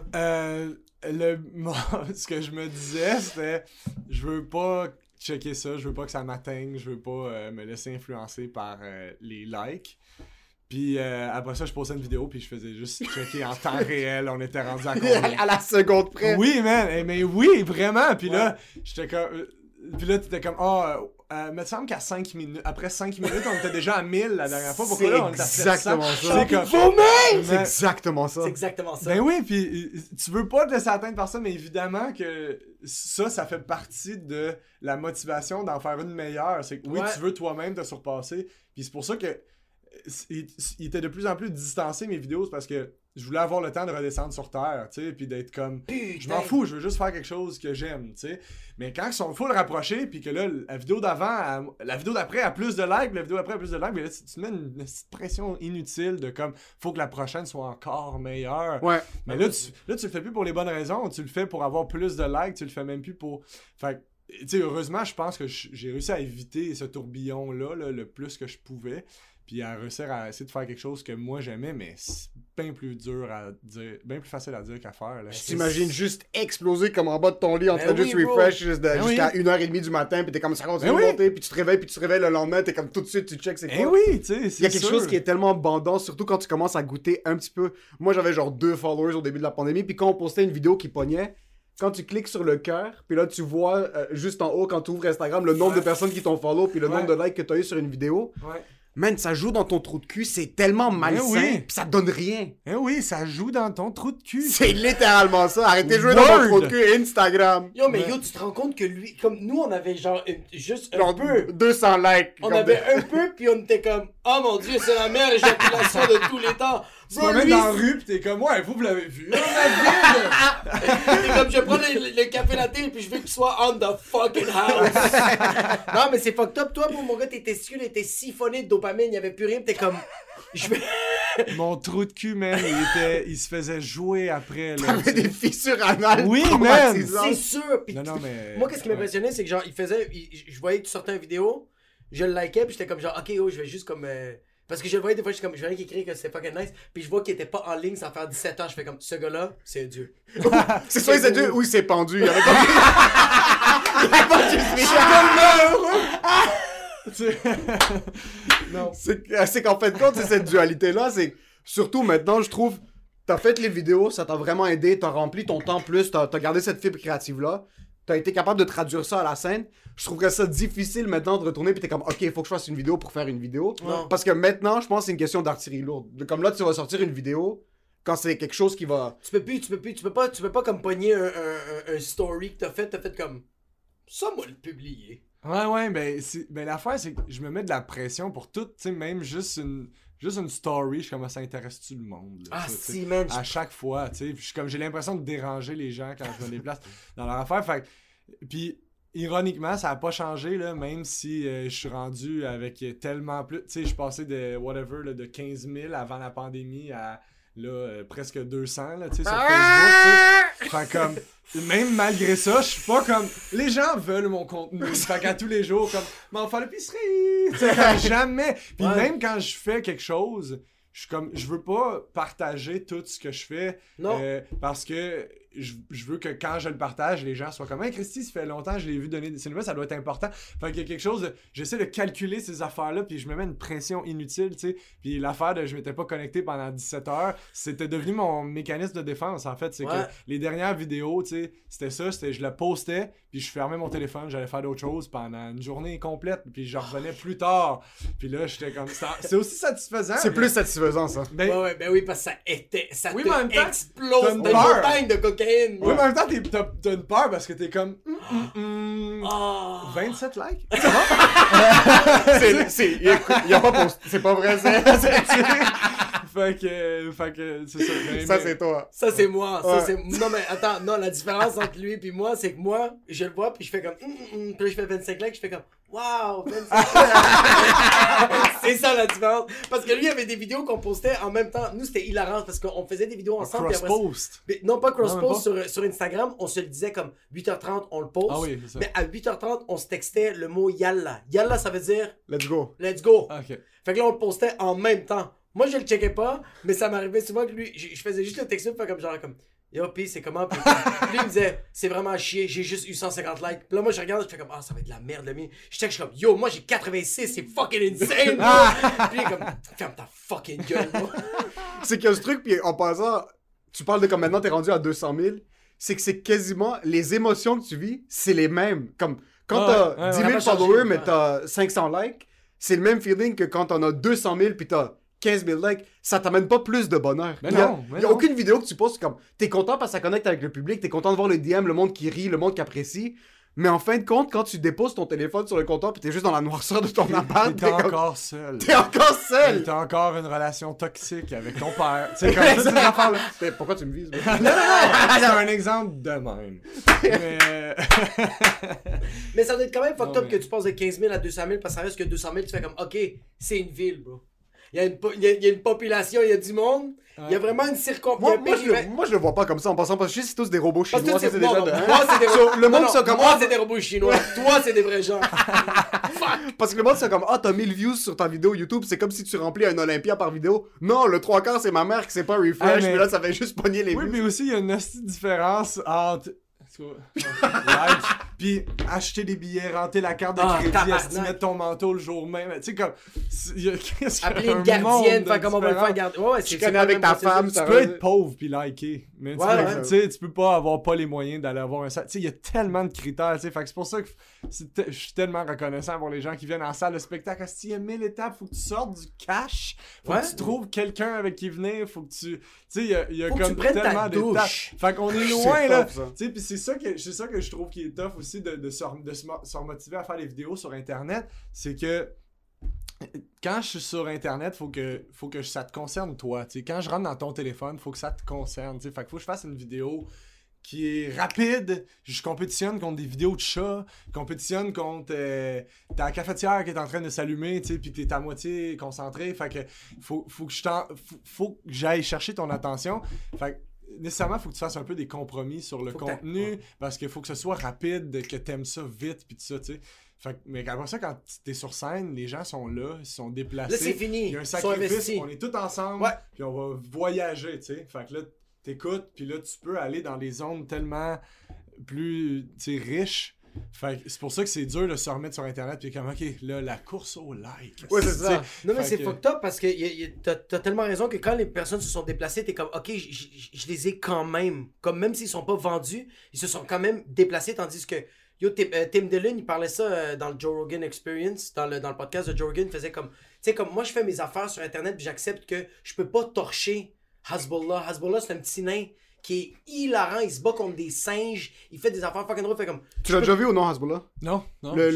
Ce que je me disais, c'était, je veux pas checker ça, je veux pas que ça m'atteigne, je veux pas me laisser influencer par les likes. Puis après ça, je postais une vidéo, puis je faisais juste checker en temps réel, on était rendu à combien? À la seconde près. Oui, man, mais oui, vraiment. Puis là, j'étais comme... Puis là, t'étais comme, me semble qu'à 5 minutes, après 5 minutes, on était déjà à 1000 la dernière fois. Pourquoi là, on était à 700? C'est exactement ça. C'est exactement ça. Ben oui, puis tu veux pas te laisser atteindre par ça, mais évidemment que ça fait partie de la motivation d'en faire une meilleure. C'est que oui, tu veux toi-même te surpasser. Puis c'est pour ça que il était de plus en plus distancé mes vidéos, parce que je voulais avoir le temps de redescendre sur terre, tu sais, puis d'être comme, je m'en fous, je veux juste faire quelque chose que j'aime, tu sais. Mais quand ils sont full rapprochés, puis que là, la vidéo d'avant, la vidéo d'après a plus de likes, la vidéo d'après a plus de likes, mais là, tu te mets une petite pression inutile de comme, faut que la prochaine soit encore meilleure. Ouais. Mais là, tu le fais plus pour les bonnes raisons, tu le fais pour avoir plus de likes, tu le fais même plus pour... Fait que, tu sais, heureusement, je pense que j'ai réussi à éviter ce tourbillon-là, là, le plus que je pouvais. Puis à réussir à essayer de faire quelque chose que moi j'aimais, mais c'est bien plus dur à dire, bien plus facile à dire qu'à faire. Là. Je t'imagine juste exploser comme en bas de ton lit en train de juste refresh jusqu'à 1h30 du matin, puis t'es comme ça continue de monter, puis tu te réveilles le lendemain, t'es comme tout de suite, tu checks c'est quoi. Oui, tu sais, c'est il y a quelque chose qui est tellement bandant, surtout quand tu commences à goûter un petit peu. Moi j'avais genre 2 followers au début de la pandémie, puis quand on postait une vidéo qui pognait, quand tu cliques sur le cœur, puis là tu vois juste en haut quand tu ouvres Instagram le nombre de personnes qui t'ont follow, puis le nombre de likes que t'as eu sur une vidéo. Ouais. Man, ça joue dans ton trou de cul, c'est tellement malsain, pis ça donne rien. Oui, ça joue dans ton trou de cul. C'est littéralement ça. Arrêtez de jouer dans ton trou de cul Instagram. Yo, mais tu te rends compte que lui, comme nous, on avait genre juste un peu. 200 likes. On avait un peu, puis on était comme, oh mon dieu, c'est la meilleure éjaculation de tous les temps. Tu te mets dans la rue, pis t'es comme, ouais, vous l'avez vu. On l'a vu. T'es comme, je prends le café latte, puis je veux qu'il soit on the fucking house. Non, mais c'est fucked up. Toi, mon gars, tes testicules étaient siphonnés de dopamine, il y avait plus rien, pis t'es comme, Je vais... Mon trou de cul, man, il se faisait jouer après. Là, T'avais des fissures anales. Oui, traumatisantes. C'est sûr. Puis Non, mais... moi, qu'est-ce qui m'impressionnait, c'est que genre, je voyais que tu sortais une vidéo, je le likais, puis j'étais comme genre, ok, oh, je vais juste comme. Parce que je le voyais des fois, je voyais qu'il écrivait que c'était fucking nice, puis je vois qu'il était pas en ligne sans faire 17 ans, je fais comme, ce gars-là, c'est un dieu. C'est soit il s'est Dieu ou il s'est pendu. Il y avait pas Non. C'est qu'en fait de compte, c'est cette dualité-là. C'est surtout maintenant, je trouve, t'as fait les vidéos, ça t'a vraiment aidé, t'as rempli ton temps plus, t'as gardé cette fibre créative-là, t'as été capable de traduire ça à la scène. Je trouverais ça difficile maintenant de retourner pis t'es comme, ok, il faut que je fasse une vidéo pour faire une vidéo. Non. Parce que maintenant, je pense que c'est une question d'artillerie lourde. Comme là, tu vas sortir une vidéo quand c'est quelque chose qui va... Tu peux pas comme pogner un story que t'as fait comme, ça, moi, le publier. Ouais, ben l'affaire, c'est que je me mets de la pression pour tout, tu sais, même juste une story, je suis comme, ça intéresse-tu le monde? Là, Ah, ça, si, man. À chaque fois, tu sais, j'ai l'impression de déranger les gens quand je me déplace dans leur affaire, fait puis ironiquement, ça a pas changé, là, même si je suis rendu avec tellement plus, tu sais, je suis passé de, whatever, là, de 15 000 avant la pandémie à... là, presque 200, là, tu sais, sur Facebook, tu sais. Fait comme, même malgré ça, je suis pas comme, les gens veulent mon contenu. Fait qu'à tous les jours, comme, m'en faire l'épicerie, tu sais, jamais. Puis même quand je fais quelque chose, je suis comme, je veux pas partager tout ce que je fais. Non. Parce que je veux que quand je le partage, les gens soient comme, hey Christy, ça fait longtemps que je l'ai vu donner des nouvelles, ça doit être important. Fait qu'il y a quelque chose de, j'essaie de calculer ces affaires-là, puis je me mets une pression inutile, tu sais. Puis l'affaire de je m'étais pas connecté pendant 17 heures, c'était devenu mon mécanisme de défense, en fait. C'est que les dernières vidéos, tu sais, c'était je le postais, puis je fermais mon téléphone, j'allais faire d'autres choses pendant une journée complète, puis je revenais plus tard. Puis là, j'étais comme, c'est aussi satisfaisant. C'est plus satisfaisant, ça. Ben oui, parce que ça Oui, mais en même temps, explose t'as une des peur. montagnes de cocaïne. Oui, mais en même temps, t'as une peur parce que t'es comme 27 likes? Il y a pas post. C'est pas vrai, c'est fait que c'est ça. ça, c'est toi. Ça, c'est moi. Ouais. Non, mais attends, non, la différence entre lui et moi, c'est que moi, je le vois, puis je fais comme puis là, je fais 25 likes, je fais comme waouh, 25 likes. C'est ça la différence. Parce que lui, il y avait des vidéos qu'on postait en même temps. Nous, c'était hilarant parce qu'on faisait des vidéos ensemble. Cross-post. Non, pas cross-post Non, même sur Instagram. On se le disait comme 8h30, on le poste. Ah oui, c'est ça. Mais à 8h30, on se textait le mot yalla. Yalla, ça veut dire Let's go. let's go. Ah, ok. Fait que là, on le postait en même temps. Moi, je le checkais pas, mais ça m'arrivait souvent que lui, je faisais juste le texto, puis comme genre comme yo, pis c'est comment? Puis lui, il me disait, c'est vraiment chier, j'ai juste eu 150 likes. Puis là, moi, je regarde, je fais comme, ah, ça va être de la merde, le mien. Je check, je suis comme, yo, moi, j'ai 86, c'est fucking insane, bro. Puis il est comme, ferme ta fucking gueule, bro. C'est qu'il y a ce truc, puis en passant, tu parles de comme maintenant t'es rendu à 200 000, c'est que c'est quasiment les émotions que tu vis, c'est les mêmes. Comme quand t'as 10 000 ça va followers, changer, mais ouais. t'as 500 likes, c'est le même feeling que quand t'en as 200 000 puis t'as 15 000 likes. Ça t'amène pas plus de bonheur. Mais Il y a, non, mais il y a non. aucune vidéo que tu postes comme t'es content parce que ça connecte avec le public, t'es content de voir le DM, le monde qui rit, le monde qui apprécie. Mais en fin de compte, quand tu déposes ton téléphone sur le comptoir pis t'es juste dans la noirceur de ton appart, T'es encore seul. T'es encore seul! T'as encore une relation toxique avec ton père. C'est comme ça, ces affaires-là. Mais pourquoi tu me vises? Non, c'est un exemple de même. Mais... Mais ça doit être quand même fucked Non, up mais- que tu passes de 15 000 à 200 000 parce que ça reste que 200 000, tu fais comme, ok, c'est une ville, bro. Il y a une population, il y a du monde. Il y a vraiment une circonférence. Moi, je le vois pas comme ça en passant parce que je sais c'est tous des robots Parce que chinois. c'est Ça, c'est des gens de... moi, c'est des So, le monde non, sont comme moi, ah, c'est des robots chinois. Toi, c'est des vrais gens. parce que le monde c'est comme ah t'as 1000 views sur ta vidéo YouTube, c'est comme si tu remplis un Olympia par vidéo. Non, le 3/4 c'est ma mère qui sait pas refresh, Ah, mais- puis là ça fait juste pogner les Oui, views. mais aussi, il y a une hostie différence entre... like, puis acheter des billets, rentrer la carte de crédit, tabarnak. esti, mettre ton manteau le jour même. Tu sais, comme... qu'est-ce qu'il y a Appeler un une gardienne, monde faire de comment on va le faire différence. garder. Ouais, Tu connais avec ta femme, Tu peux être pauvre puis liker, mais Ouais, tu sais, tu peux pas avoir pas les moyens d'aller avoir un salle. Tu sais, il y a tellement de critères, tu sais, fait que c'est pour ça que je suis tellement reconnaissant pour les gens qui viennent en salle de spectacle. S'il y a 1000 étapes, faut que tu sortes du cash, faut que tu trouves quelqu'un avec qui venir, faut que tu... Tu sais, il y a Faut que tu comme prennes ta tellement d'étapes. douche. Fait qu'on est C'est loin, là. tough, ça. Tu sais, pis c'est ça que je trouve qui est tough aussi de se remotiver à faire des vidéos sur Internet, c'est que quand je suis sur Internet, faut que ça te concerne toi. Tu sais, quand je rentre dans ton téléphone, faut que ça te concerne. Tu sais, fait que faut que je fasse une vidéo qui est rapide. Je compétitionne contre des vidéos de chats, compétitionne contre ta cafetière qui est en train de s'allumer, tu sais, puis t'es à moitié concentré. Fait que faut que j'aille chercher ton attention. Fait que nécessairement, faut que tu fasses un peu des compromis sur le contenu parce qu'il faut que ce soit rapide, que t'aimes ça vite, puis tout ça, tu sais. Fait que, mais après ça, quand t'es sur scène, les gens sont là, ils sont déplacés. Là, c'est fini. Il y a un sacrifice, on est tous ensemble, puis on va voyager, tu sais. Fait que là, t'écoutes, puis là, tu peux aller dans des zones tellement plus, tu sais, riches. Fait que c'est pour ça que c'est dur de se remettre sur Internet, puis comme, OK, là, la course au like. Ouais, c'est ça. Non, mais c'est fucked up parce que t'as tellement raison que quand les personnes se sont déplacées, t'es comme, OK, je les ai quand même. Comme même s'ils sont pas vendus, ils se sont quand même déplacés, tandis que yo, Tim Dillon, il parlait ça dans le Joe Rogan Experience, dans le podcast de Joe Rogan, il faisait comme, tu sais, comme moi, je fais mes affaires sur Internet, puis j'accepte que je peux pas torcher Hasbullah. Hasbullah, c'est un petit nain qui est hilarant, il se bat contre des singes, il fait des affaires fucking drôles, fait comme... Tu l'as déjà vu ou non, Hasbullah? Non.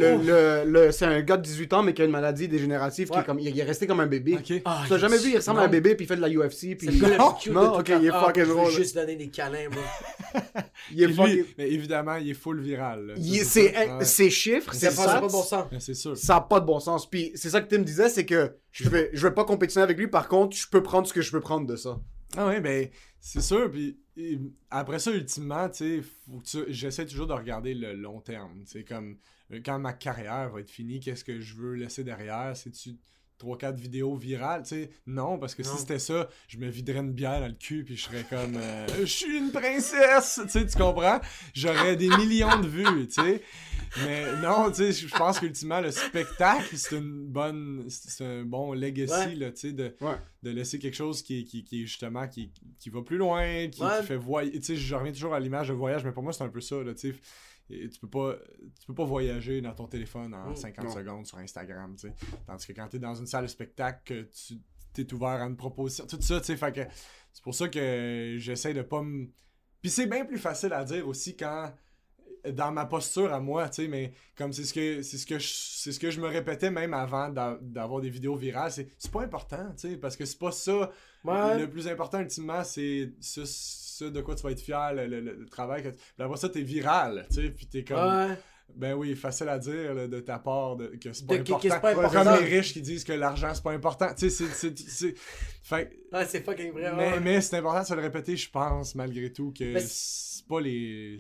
C'est un gars de 18 ans, mais qui a une maladie dégénérative, qui est comme, il est resté comme un bébé. Okay. Tu l'as jamais vu, il ressemble à un bébé, puis il fait de la UFC, puis... Non, ok, il est fucking drôle. Je veux juste donner des câlins, bro. Il est fucking... Mais évidemment, il est full viral. Ses chiffres, ça c'est n'a pas de bon sens. C'est sûr. Ça n'a pas de bon sens. Puis c'est ça que Tim disait, c'est que je vais pas compétitionner avec lui, par contre, je peux prendre ce que je peux prendre de ça. Ah oui, ben, c'est sûr. Puis après ça, ultimement, tu sais, j'essaie toujours de regarder le long terme. Tu sais, comme quand ma carrière va être finie, qu'est-ce que je veux laisser derrière? C'est-tu 3-4 vidéos virales? Tu sais, non, parce que si c'était ça, je me viderais une bière dans le cul, puis je serais comme, je suis une princesse! Tu sais, tu comprends? J'aurais des millions de vues, tu sais. Mais non, tu sais, je pense qu'ultimement, le spectacle, c'est un bon legacy, là, tu sais, de laisser quelque chose qui est justement, qui va plus loin, qui fait voyager. Tu sais, je reviens toujours à l'image de voyage, mais pour moi, c'est un peu ça, là, tu sais. Et tu peux pas voyager dans ton téléphone en 50 secondes sur Instagram, tu sais. Tandis que quand t'es dans une salle de spectacle, que tu t'es ouvert à une proposition, tout ça, tu sais, fait que c'est pour ça que j'essaie de pas me... Puis c'est bien plus facile à dire aussi quand... dans ma posture à moi, tu sais, mais comme c'est ce que je me répétais même avant d'avoir des vidéos virales, c'est pas important, tu sais, parce que c'est pas ça. Le plus important ultimement, c'est ce de quoi tu vas être fier, le travail que puis après ça t'es viral, tu sais, puis t'es comme ben oui, facile à dire là, de ta part que c'est pas important. Comme les riches qui disent que l'argent c'est pas important, tu sais, c'est fait c'est fucking vrai. Mais c'est important de se le répéter, je pense, malgré tout, que c'est pas les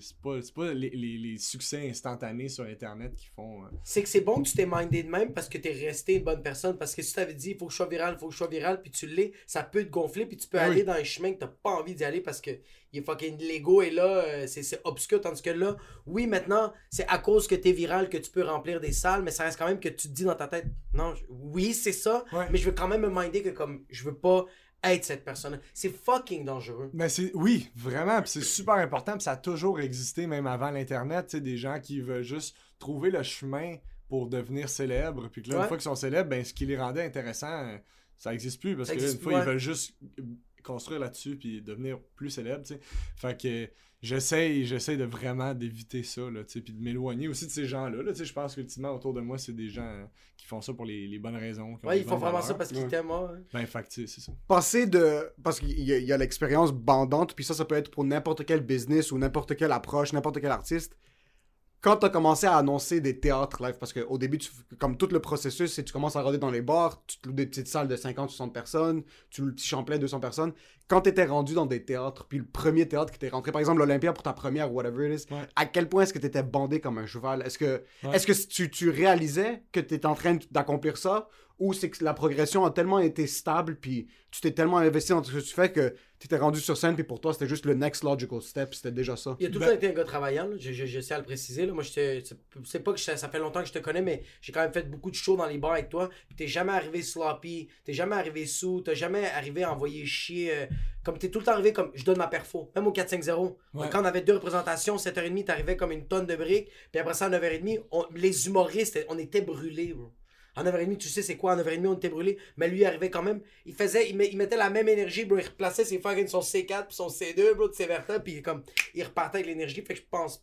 succès instantanés sur Internet qui font... C'est que c'est bon que tu t'es mindé de même parce que t'es resté une bonne personne. Parce que si tu t'avais dit, il faut que je sois viral, puis tu l'es, ça peut te gonfler, puis tu peux aller dans un chemin que t'as pas envie d'y aller parce que l'ego est là, c'est obscur. Tandis que là, oui, maintenant, c'est à cause que t'es viral que tu peux remplir des salles, mais ça reste quand même que tu te dis dans ta tête, non, oui, c'est ça, mais je veux quand même me minder que comme, je veux pas être cette personne. C'est fucking dangereux. Mais oui, vraiment, pis c'est super important, pis ça a toujours existé, même avant l'Internet, tu sais, des gens qui veulent juste trouver le chemin pour devenir célèbres, puis que là, une fois qu'ils sont célèbres, ben, ce qui les rendait intéressants, ça existe plus, parce que là, une fois, ils veulent juste construire là-dessus, puis devenir plus célèbres, tu sais. Fait que j'essaie de vraiment d'éviter ça, là, tu sais, puis de m'éloigner aussi de ces gens-là, là, tu sais, je pense qu'ultimement, autour de moi, c'est des gens qui font ça pour les bonnes raisons. Ils font vraiment ça parce qu'ils t'aiment, Ben, fait que, tu sais, c'est ça. Parce qu'il y a l'expérience bandante, puis ça peut être pour n'importe quel business ou n'importe quelle approche, n'importe quel artiste. Quand t'as commencé à annoncer des théâtres live, parce qu'au début, comme tout le processus, c'est tu commences à regarder dans les bars, tu te loues des petites salles de 50-60 personnes, tu loues le petit Champlain 200 personnes. Quand t'étais rendu dans des théâtres, puis le premier théâtre qui t'est rentré, par exemple l'Olympia pour ta première, whatever it is, à quel point est-ce que t'étais bandé comme un cheval? Est-ce que tu réalisais que t'étais en train d'accomplir ça? Ou c'est que la progression a tellement été stable, puis tu t'es tellement investi dans ce que tu fais que t'étais rendu sur scène, puis pour toi, c'était juste le next logical step, c'était déjà ça. Il a toujours été un gars travaillant, là. Je sais à le préciser. Là. Moi, c'est pas que ça fait longtemps que je te connais, mais j'ai quand même fait beaucoup de shows dans les bars avec toi. Puis t'es jamais arrivé sloppy, t'es jamais arrivé sous, t'es jamais arrivé à envoyer chier. Comme t'es tout le temps arrivé comme je donne ma perfo, même au 4-5-0. Quand on avait 2 représentations, 7h30, t'arrivais comme une tonne de briques. Puis après ça, à 9h30, les humoristes, on était brûlés, bro. En 9h30, tu sais c'est quoi, en 9h30, on était brûlés. Mais lui, il arrivait quand même. Il mettait la même énergie, bro. Il replaçait ses fucking son C4 puis son C2, bro, de ses vertins. Puis il repartait avec l'énergie. Fait que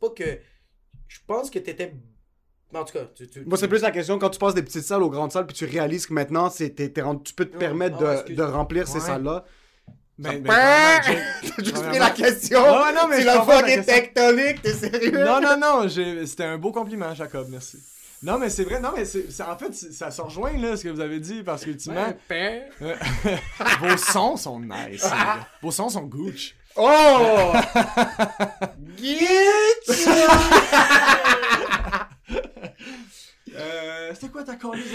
je pense que t'étais... En tout cas, moi, c'est plus la question, quand tu passes des petites salles aux grandes salles, puis tu réalises que maintenant, tu peux te permettre de remplir ces salles-là. T'as juste pris la question. non, mais c'est je la comprends ta fucking question. tectonique, t'es sérieux? Non, c'était un beau compliment, Jacob, merci. Non, mais c'est vrai, en fait, ça se rejoint, là, ce que vous avez dit, parce qu'ultimement, vos sons sont nice, les gars. Vos sons sont gooch. Oh! Gitch! C'était quoi ta colise?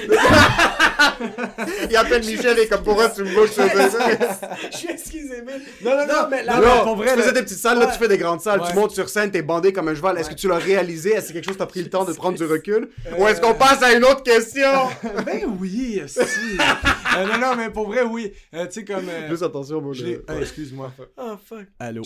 Il appelle Michel et comme pour eux, tu me bouges sur ça. Je suis excusé, mais. Non, mais Pour vrai, tu faisais des petites salles, là, tu fais des grandes salles, tu montes sur scène, t'es bandé comme un cheval. Est-ce que tu l'as réalisé? Est-ce que quelque chose t'a pris le temps de prendre du recul? Ou est-ce qu'on passe à une autre question? Ben oui, si. Non, mais pour vrai, oui. Tu sais, comme... Juste attention, moi. excuse-moi. Oh, fuck. Allô.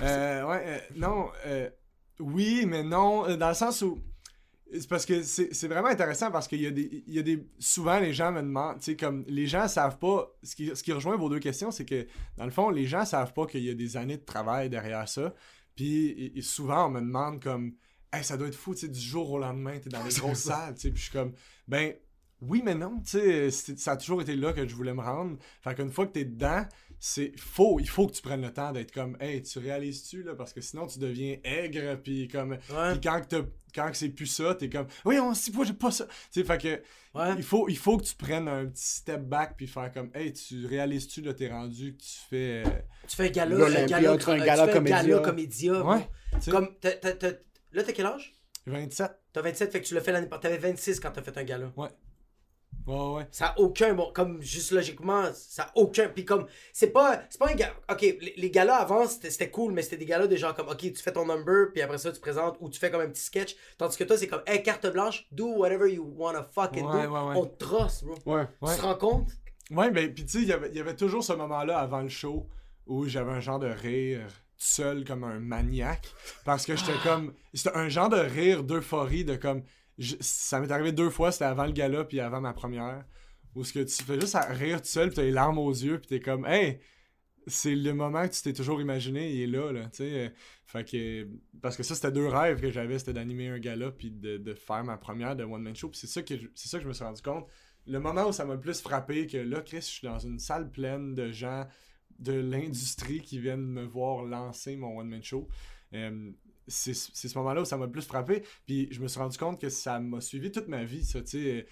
Oui, mais non. Dans le sens où... C'est parce que c'est vraiment intéressant parce qu'il y a des... Souvent, les gens me demandent... Tu sais, comme... Les gens savent pas... Ce qui rejoint vos deux questions, c'est que, dans le fond, les gens savent pas qu'il y a des années de travail derrière ça. Puis, souvent, on me demande comme... Hey, ça doit être fou, tu sais, du jour au lendemain, t'es dans les grosses salles, tu sais. Puis je suis comme... Ben... Oui, mais non, tu sais, ça a toujours été là que je voulais me rendre. Fait qu'une fois que t'es dedans, il faut que tu prennes le temps d'être comme, hey, tu réalises-tu, là, parce que sinon tu deviens aigre, puis comme, puis quand c'est plus ça, t'es comme, oui, j'ai pas ça. Tu sais, fait que, il faut que tu prennes un petit step back, puis faire comme, hey, tu réalises-tu, là, t'es rendu, que tu fais. Tu fais un gala comédia. Ouais. Comme, là, t'as quel âge? 27. T'as 27, fait que tu l'as fait l'année passée. T'avais 26 quand t'as fait un gala. Ouais. Ouais. Ça a aucun, bon, comme juste logiquement, ça a aucun, puis comme, c'est pas un gala, ok, les galas avant, c'était cool, mais c'était des galas de genre comme, ok, tu fais ton number, puis après ça, tu présentes, ou tu fais comme un petit sketch, tandis que toi, c'est comme, hey, carte blanche, do whatever you wanna fucking do, on te trosse, bro. Ouais. Tu te rends compte? Ouais, ben, pis tu sais, il y avait toujours ce moment-là avant le show, où j'avais un genre de rire seul comme un maniaque, parce que j'étais comme, c'était un genre de rire d'euphorie, de comme, ça m'est arrivé 2 fois, c'était avant le gala puis avant ma première, où ce que tu fais juste à rire tout seul, pis t'as les larmes aux yeux, pis t'es comme, hey, c'est le moment que tu t'es toujours imaginé, il est là, tu sais. Fait que, parce que ça, c'était 2 rêves que j'avais, c'était d'animer un gala puis de faire ma première de One Man Show, pis c'est ça que je me suis rendu compte. Le moment où ça m'a le plus frappé, que là, Chris, je suis dans une salle pleine de gens de l'industrie qui viennent me voir lancer mon One Man Show. C'est ce moment-là où ça m'a le plus frappé. Puis je me suis rendu compte que ça m'a suivi toute ma vie, ça, tu sais.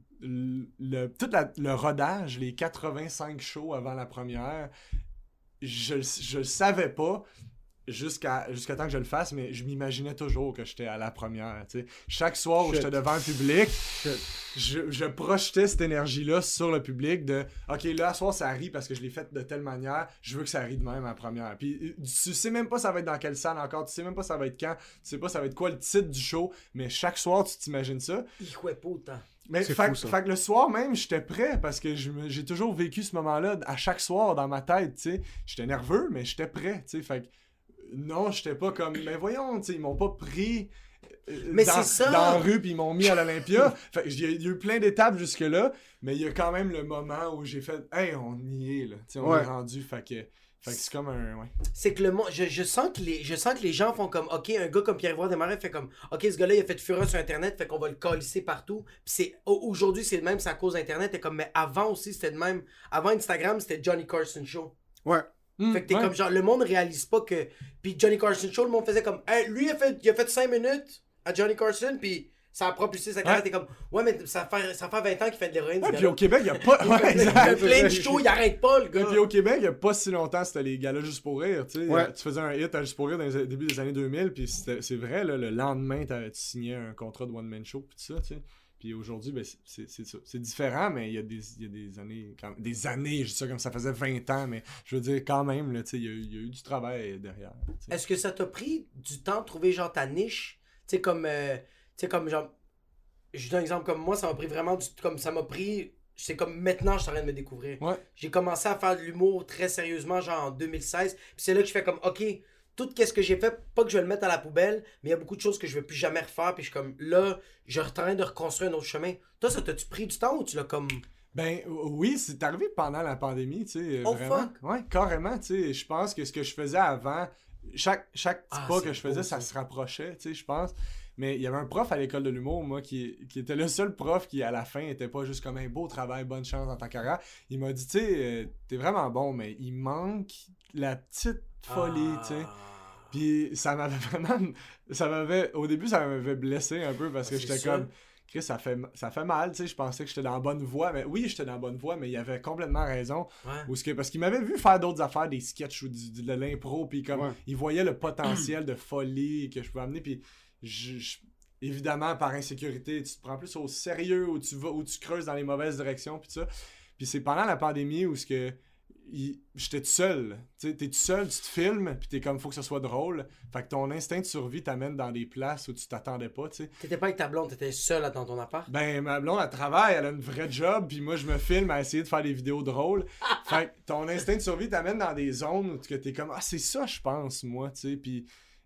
Le rodage, les 85 shows avant la première, je le savais pas jusqu'à temps que je le fasse, mais je m'imaginais toujours que j'étais à la première, tu sais. Chaque soir où j'étais devant un public, je projetais cette énergie-là sur le public de « Ok, là, à soir, ça rit parce que je l'ai fait de telle manière, je veux que ça rit de même à la première. » Puis tu sais même pas ça va être dans quelle salle encore, tu sais même pas ça va être quand, tu sais pas ça va être quoi le titre du show, mais chaque soir, tu t'imagines ça. Mais fait que le soir même, j'étais prêt parce que j'ai toujours vécu ce moment-là à chaque soir dans ma tête, tu sais. J'étais nerveux, mais j'étais prêt, tu sais. Fait que non, j'étais pas comme, mais voyons, tu sais, ils m'ont pas pris dans la rue puis ils m'ont mis à l'Olympia. Fait que il y a eu plein d'étapes jusque-là, mais il y a quand même le moment où j'ai fait, hey, on y est, là, tu sais, on est rendu, fait que c'est comme un... Ouais. C'est que le monde... Je sens que les gens font comme... OK, un gars comme Pierre-Yves Desmarais fait comme... OK, ce gars-là, il a fait fureur sur Internet, fait qu'on va le colisser partout. Puis aujourd'hui, c'est le même, c'est à cause d'Internet. Et comme, mais avant aussi, c'était le même. Avant Instagram, c'était Johnny Carson Show. Ouais. Fait que t'es comme genre... Le monde réalise pas que... Puis Johnny Carson Show, le monde faisait comme... Hey, lui, il a fait 5 minutes à Johnny Carson, puis... Ça a propulsé sa carrière, t'es comme, ouais, mais ça fait 20 ans qu'il fait de l'héroïne. Ouais, puis au Québec, il y a pas. Il fait plein de shows, il arrête pas, le gars. Puis au Québec, il y a pas si longtemps, c'était les galas Juste pour rire, tu sais. Ouais. Tu faisais un hit à Juste pour rire dans les débuts des années 2000, puis c'est vrai, là, le lendemain, tu signais un contrat de One Man Show, puis tout ça, tu sais. Puis aujourd'hui, ben, c'est ça. C'est différent, mais il y a des années, des années, je dis ça comme ça faisait 20 ans, mais je veux dire, quand même, là, tu sais, il y a eu du travail derrière. T'sais. Est-ce que ça t'a pris du temps de trouver, genre, ta niche? Tu sais, comme genre. Je donne un exemple comme moi, ça m'a pris vraiment c'est comme maintenant je suis en train de me découvrir. Ouais. J'ai commencé à faire de l'humour très sérieusement genre en 2016, puis c'est là que je fais comme OK, tout ce que j'ai fait, pas que je vais le mettre à la poubelle, mais il y a beaucoup de choses que je vais plus jamais refaire, puis je suis comme là, je suis en train de reconstruire un autre chemin. Toi, ça t'a-tu pris du temps ou tu l'as comme... Ben oui, c'est arrivé pendant la pandémie, tu sais, oh, vraiment. Fuck. Ouais, carrément, tu sais, je pense que ce que je faisais avant chaque petit pas que je faisais, beau, ça ça. se rapprochait, tu sais, je pense. Mais il y avait un prof à l'école de l'humour, moi, qui était le seul prof qui, à la fin, était pas juste comme un beau travail, bonne chance dans ta carrière. Il m'a dit, tu sais, t'es vraiment bon, mais il manque la petite folie, tu sais. Puis ça m'avait vraiment... Au début, ça m'avait blessé un peu parce que j'étais sûr. comme... Chris, ça fait mal, tu sais. Je pensais que j'étais dans la bonne voie. Mais oui, j'étais dans la bonne voie, mais il avait complètement raison. Ouais. Parce qu'il m'avait vu faire d'autres affaires, des sketchs ou de l'impro. Puis comme, il voyait le potentiel de folie que je pouvais amener. Puis évidemment, par insécurité, tu te prends plus au sérieux, où tu creuses dans les mauvaises directions. Puis ça. Puis c'est pendant la pandémie où j'étais tout seul. Tu sais, t'es tout seul, tu te filmes, puis t'es comme, faut que ce soit drôle. Fait que ton instinct de survie t'amène dans des places où tu t'attendais pas, tu sais. T'étais pas avec ta blonde, t'étais seul dans ton appart? Ben, ma blonde, elle travaille, elle a une vraie job, puis moi, je me filme à essayer de faire des vidéos drôles. Fait que ton instinct de survie t'amène dans des zones où t'es comme, ah, c'est ça, je pense, moi, tu sais, puis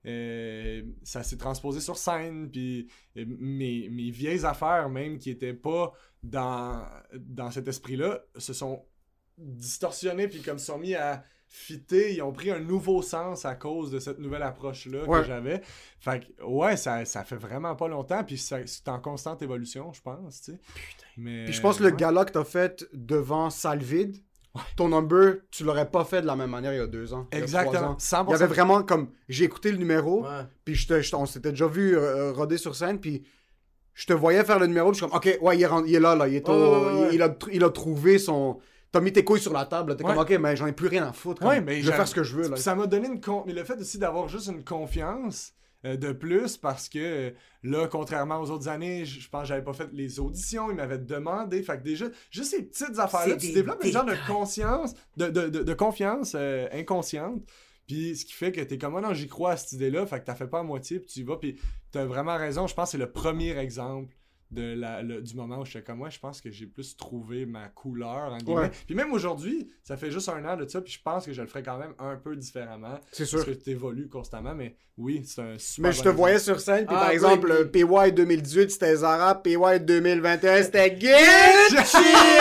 ça s'est transposé sur scène, puis mes vieilles affaires, même, qui étaient pas dans cet esprit-là, se sont distorsionnés, puis comme sont mis à fitter, ils ont pris un nouveau sens à cause de cette nouvelle approche-là que j'avais. Fait que, ouais, ça fait vraiment pas longtemps, puis c'est en constante évolution, je pense, tu sais. Putain. Mais, Puis je pense que le gala que t'as fait devant salle vide, ton number, tu l'aurais pas fait de la même manière il y a 2 ans. Exactement. 100%. 100%. Il y avait vraiment comme... J'ai écouté le numéro, Ouais. puis on s'était déjà vu roder sur scène, puis je te voyais faire le numéro, puis je suis comme, OK, ouais, il est là, il est il a trouvé son... T'as mis tes couilles sur la table, là, t'es comme, OK, mais j'en ai plus rien à foutre. Comme, mais je vais faire ce que je veux. Là. Ça m'a donné mais le fait aussi d'avoir juste une confiance de plus, parce que là, contrairement aux autres années, je pense que j'avais pas fait les auditions, ils m'avaient demandé. Fait que déjà, juste ces petites affaires-là, tu développes une genre de conscience, de confiance inconsciente. Puis ce qui fait que t'es comme, non, j'y crois à cette idée-là, fait que t'as fait pas à moitié, puis tu y vas, puis t'as vraiment raison. Je pense que c'est le premier exemple du moment où je suis comme, ouais, je pense que j'ai plus trouvé ma couleur, en guillemets. Puis même aujourd'hui, ça fait juste 1 an de ça, puis je pense que je le ferais quand même un peu différemment. C'est sûr. Parce que t'évolues constamment, mais oui, c'est un super. Mais je te voyais sur scène, puis par oui, exemple, PY 2018, c'était Zara, PY 2021, c'était Gucci!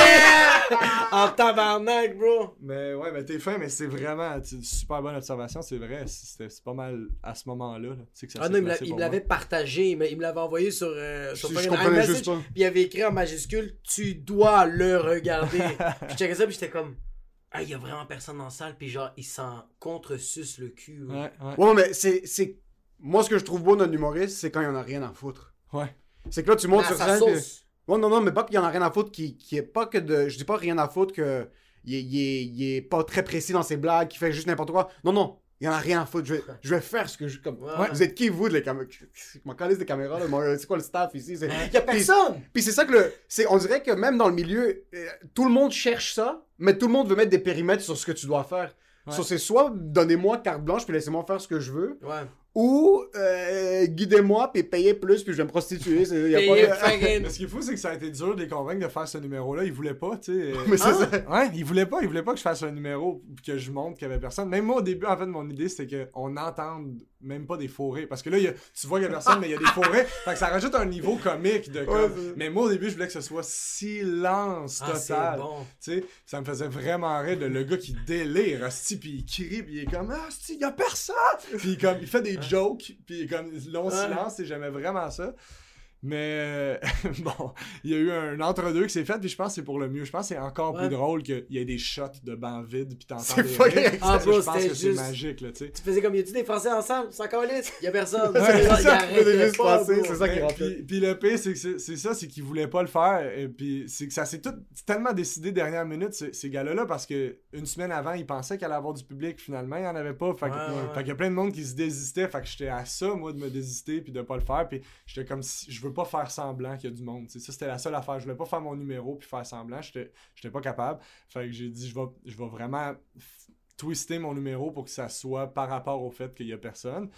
En tabarnak, bro! Mais ouais, mais t'es fin, mais c'est vraiment une super bonne observation, c'est vrai. C'est pas mal à ce moment-là. Là. Tu sais que ça Non, il me l'avait partagé, il me l'avait envoyé sur Je fucking comprenais iMessage, juste pas. puis il avait écrit en majuscule « Tu dois le regarder ». Puis je checkais ça, puis j'étais comme « Ah, il y a vraiment personne dans la salle », puis genre, il s'en contre-suce le cul. Ouais, mais c'est... Moi, ce que je trouve beau dans l'humoriste, c'est quand il y en a rien à foutre. Ouais. C'est que là, tu montes À sur sa scène... puis- sauce. Ouais, non, mais pas qu'il y en a rien à foutre, qui est pas que de... Je dis pas rien à foutre que... Il est pas très précis dans ses blagues, qu'il fait juste n'importe quoi. Non, il y en a rien à foutre. Je vais faire ce que je... Comme... Ouais. Vous êtes qui, vous, de les caméras? Je m'en calisse des caméras, là. C'est quoi le staff ici? Il y a personne! Puis c'est ça que on dirait que même dans le milieu, tout le monde cherche ça, mais tout le monde veut mettre des périmètres sur ce que tu dois faire. Ouais. C'est soit donnez-moi carte blanche puis laissez-moi faire ce que je veux, Ouais. ou guidez-moi puis payez plus puis je vais me prostituer. Y a Payez pas de- fucking- Mais ce qui est fou, c'est que ça a été dur de les convaincre de faire ce numéro-là. Ils voulaient pas, tu sais. Mais c'est ça. Ouais, ils voulaient pas que je fasse un numéro pis que je montre qu'il y avait personne. Même moi, au début, en fait, mon idée, c'était qu'on n'entende même pas des fourrés. Parce que là, tu vois qu'il y a personne, mais il y a des fourrés. Fait que ça rajoute un niveau comique de comme... Mais moi, au début, je voulais que ce soit silence Ah, c'est total. bon. Tu sais, ça me faisait vraiment rire de le gars qui délire, hostie, pis il crie, pis il est comme, ah, hostie, y a personne! Pis comme, il fait des jokes, pis il est comme, long silence, et j'aimais vraiment ça. Mais bon, il y a eu un entre-deux qui s'est fait, puis je pense que c'est pour le mieux. Je pense que c'est encore plus drôle qu'il y ait des shots de bancs vides, puis t'entends C'est des fucking rires. Ah, bro, Je pense c'était que c'est juste- magique, là, tu sais. Tu faisais comme, y a-tu des Français ensemble? C'est encore lisse? Y a personne. Ouais, C'est genre, c'est il ça, arrêtait faisait juste pas, passer, bro. c'est ça qui rentrait. Puis le pire, c'est que c'est ça, c'est qu'ils voulaient pas le faire. Et puis c'est que ça s'est tout tellement décidé dernière minute, ces gars-là, parce que une semaine avant, ils pensaient qu'il allait avoir du public. Finalement, il y en avait pas. Fait qu'il y a plein de monde qui se désistait. Fait que j'étais à ça, moi, de me désister puis de pas le faire. Puis j'étais comme si je veux pas faire semblant qu'il y a du monde. T'sais, ça, c'était la seule affaire. Je voulais pas faire mon numéro puis faire semblant. J'étais pas capable. Fait que j'ai dit, je vais vraiment twister mon numéro pour que ça soit par rapport au fait qu'il y a personne.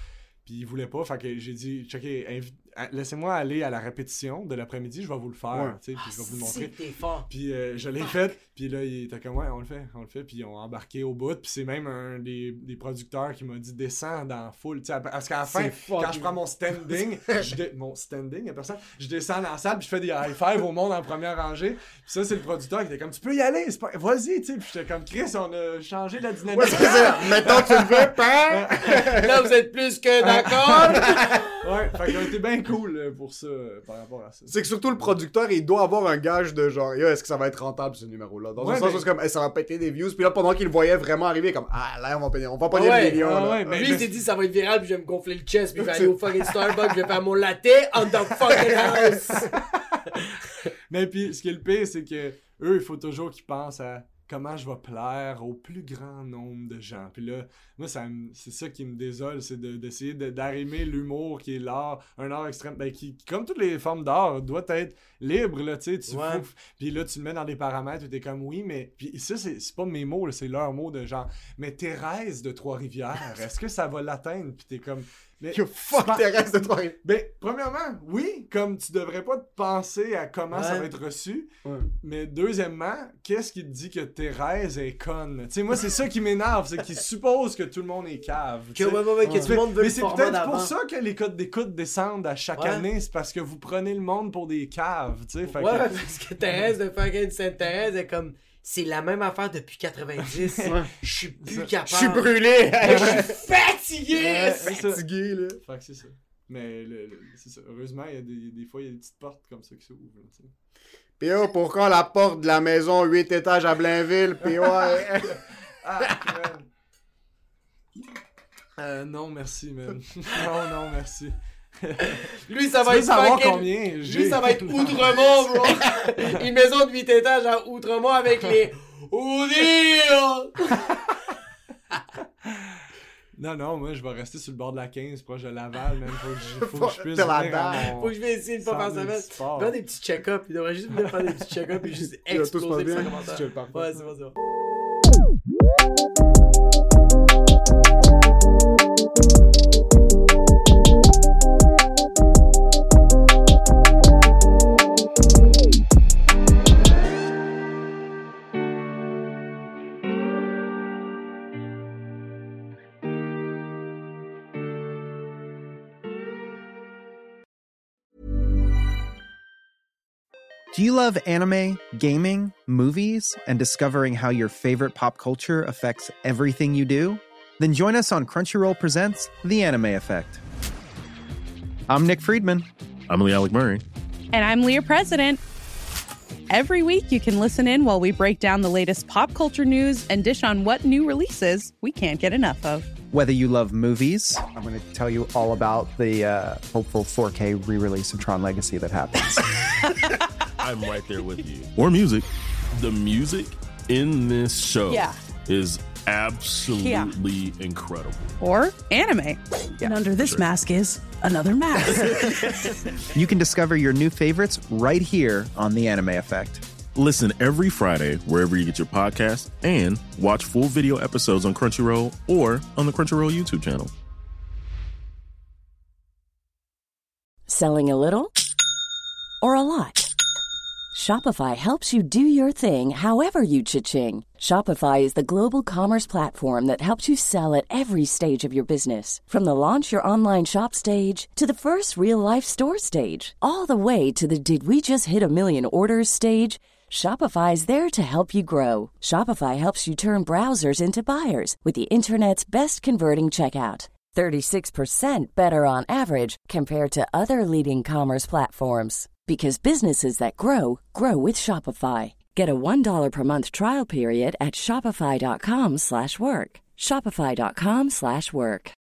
Puis il voulait pas, fait que j'ai dit, checkez, laissez-moi aller à la répétition de l'après-midi, je vais vous le faire, tu sais, puis je vais vous le montrer. T'es fort. Puis je l'ai fait, puis là, il était comme, ouais, on le fait, puis ils ont embarqué au bout, puis c'est même un des producteurs qui m'a dit, descends dans la foule, tu sais, parce qu'à la fin, quand je prends mon standing, il y a personne, je descends dans la salle, puis je fais des high-five au monde en première rangée, puis ça, c'est le producteur qui était comme, tu peux y aller, vas-y, tu sais, puis j'étais comme, Chris, on a changé la dynamique. Ouais, c'est ça. Mettons, tu le veux, pas. Là, vous êtes plus que d'accord. Ouais, fait qu'ils ont été bien cool pour ça, par rapport à ça. C'est que surtout le producteur, il doit avoir un gage de genre, est-ce que ça va être rentable ce numéro-là? Dans un sens où c'est comme, ça va péter des views. Puis là, pendant qu'il le voyait vraiment arriver, comme, là, on va pogner le million. Là. Ouais, lui, il s'est dit, ça va être viral, puis je vais me gonfler le chest, puis je vais aller au fucking Starbucks, je vais faire mon latte on the fucking house. Mais puis, ce qui est le pire, c'est que eux, il faut toujours qu'ils pensent à comment je vais plaire au plus grand nombre de gens. Puis là, moi, c'est ça qui me désole, c'est d'essayer d'arrimer l'humour qui est l'art, un art extrême, qui, comme toutes les formes d'art, doit être libre, là, tu sais, puis là, tu le mets dans des paramètres, tu es comme, oui, mais, puis ça, c'est pas mes mots, là, c'est leurs mots de genre, mais Thérèse de Trois-Rivières, est-ce que ça va l'atteindre? Puis t'es comme... fuck Thérèse de Trois-Rivières. Ben, premièrement, oui, comme tu devrais pas te penser à comment ça va être reçu, mais deuxièmement, qu'est-ce qui te dit que Thérèse est conne? Tu sais, moi, c'est ça qui m'énerve, c'est qu'ils supposent que tout le monde est cave. Que tout le monde veut mais le c'est format peut-être d'avant. pour ça que les codes d'écoute descendent à chaque année, c'est parce que vous prenez le monde pour des caves, tu sais. Parce que Thérèse de fucking Sainte-Thérèse est comme... C'est la même affaire depuis 90. Je suis plus capable. Je suis brûlé. Je suis fatigué. Fatigué, là. Fait que c'est ça. Mais c'est ça. Heureusement, il y a des fois, il y a des petites portes comme ça qui s'ouvrent. Pis pour quand la porte de la maison 8 étages à Blainville? Pis ouais. Non, merci, man. non, merci. Lui, ça va tu être veux savoir fucking... combien j'ai? Lui, ça va être Outremont, bro. Une maison de 8 étages à Outremont avec les... Non, moi, je vais rester sur le bord de la 15, proche de Laval, même. Faut que je puisse T'es la venir à dalle. mon... Faut que je vais essayer une fois par semaine. Faire des petits check-ups. Il devrait juste venir faire des petits check-ups et juste exploser les commentaires. Ouais, c'est bon. Do you love anime, gaming, movies, and discovering how your favorite pop culture affects everything you do? Then join us on Crunchyroll Presents The Anime Effect. I'm Nick Friedman. I'm Lee Alec Murray. And I'm Leah President. Every week, you can listen in while we break down the latest pop culture news and dish on what new releases we can't get enough of. Whether you love movies, I'm going to tell you all about the hopeful 4K re-release of Tron Legacy that happens. I'm right there with you. Or music. The music in this show is absolutely incredible. Or anime. And under this mask is another mask. you can discover your new favorites right here on The Anime Effect. Listen every Friday wherever you get your podcasts and watch full video episodes on Crunchyroll or on the Crunchyroll YouTube channel. Selling a little or a lot? Shopify helps you do your thing however you cha-ching. Shopify is the global commerce platform that helps you sell at every stage of your business. From the launch your online shop stage to the first real-life store stage, all the way to the did we just hit a million orders stage. Shopify is there to help you grow. Shopify helps you turn browsers into buyers with the internet's best converting checkout. 36% better on average compared to other leading commerce platforms. Because businesses that grow, grow with Shopify. Get a $1 per month trial period at shopify.com/work. Shopify.com/work.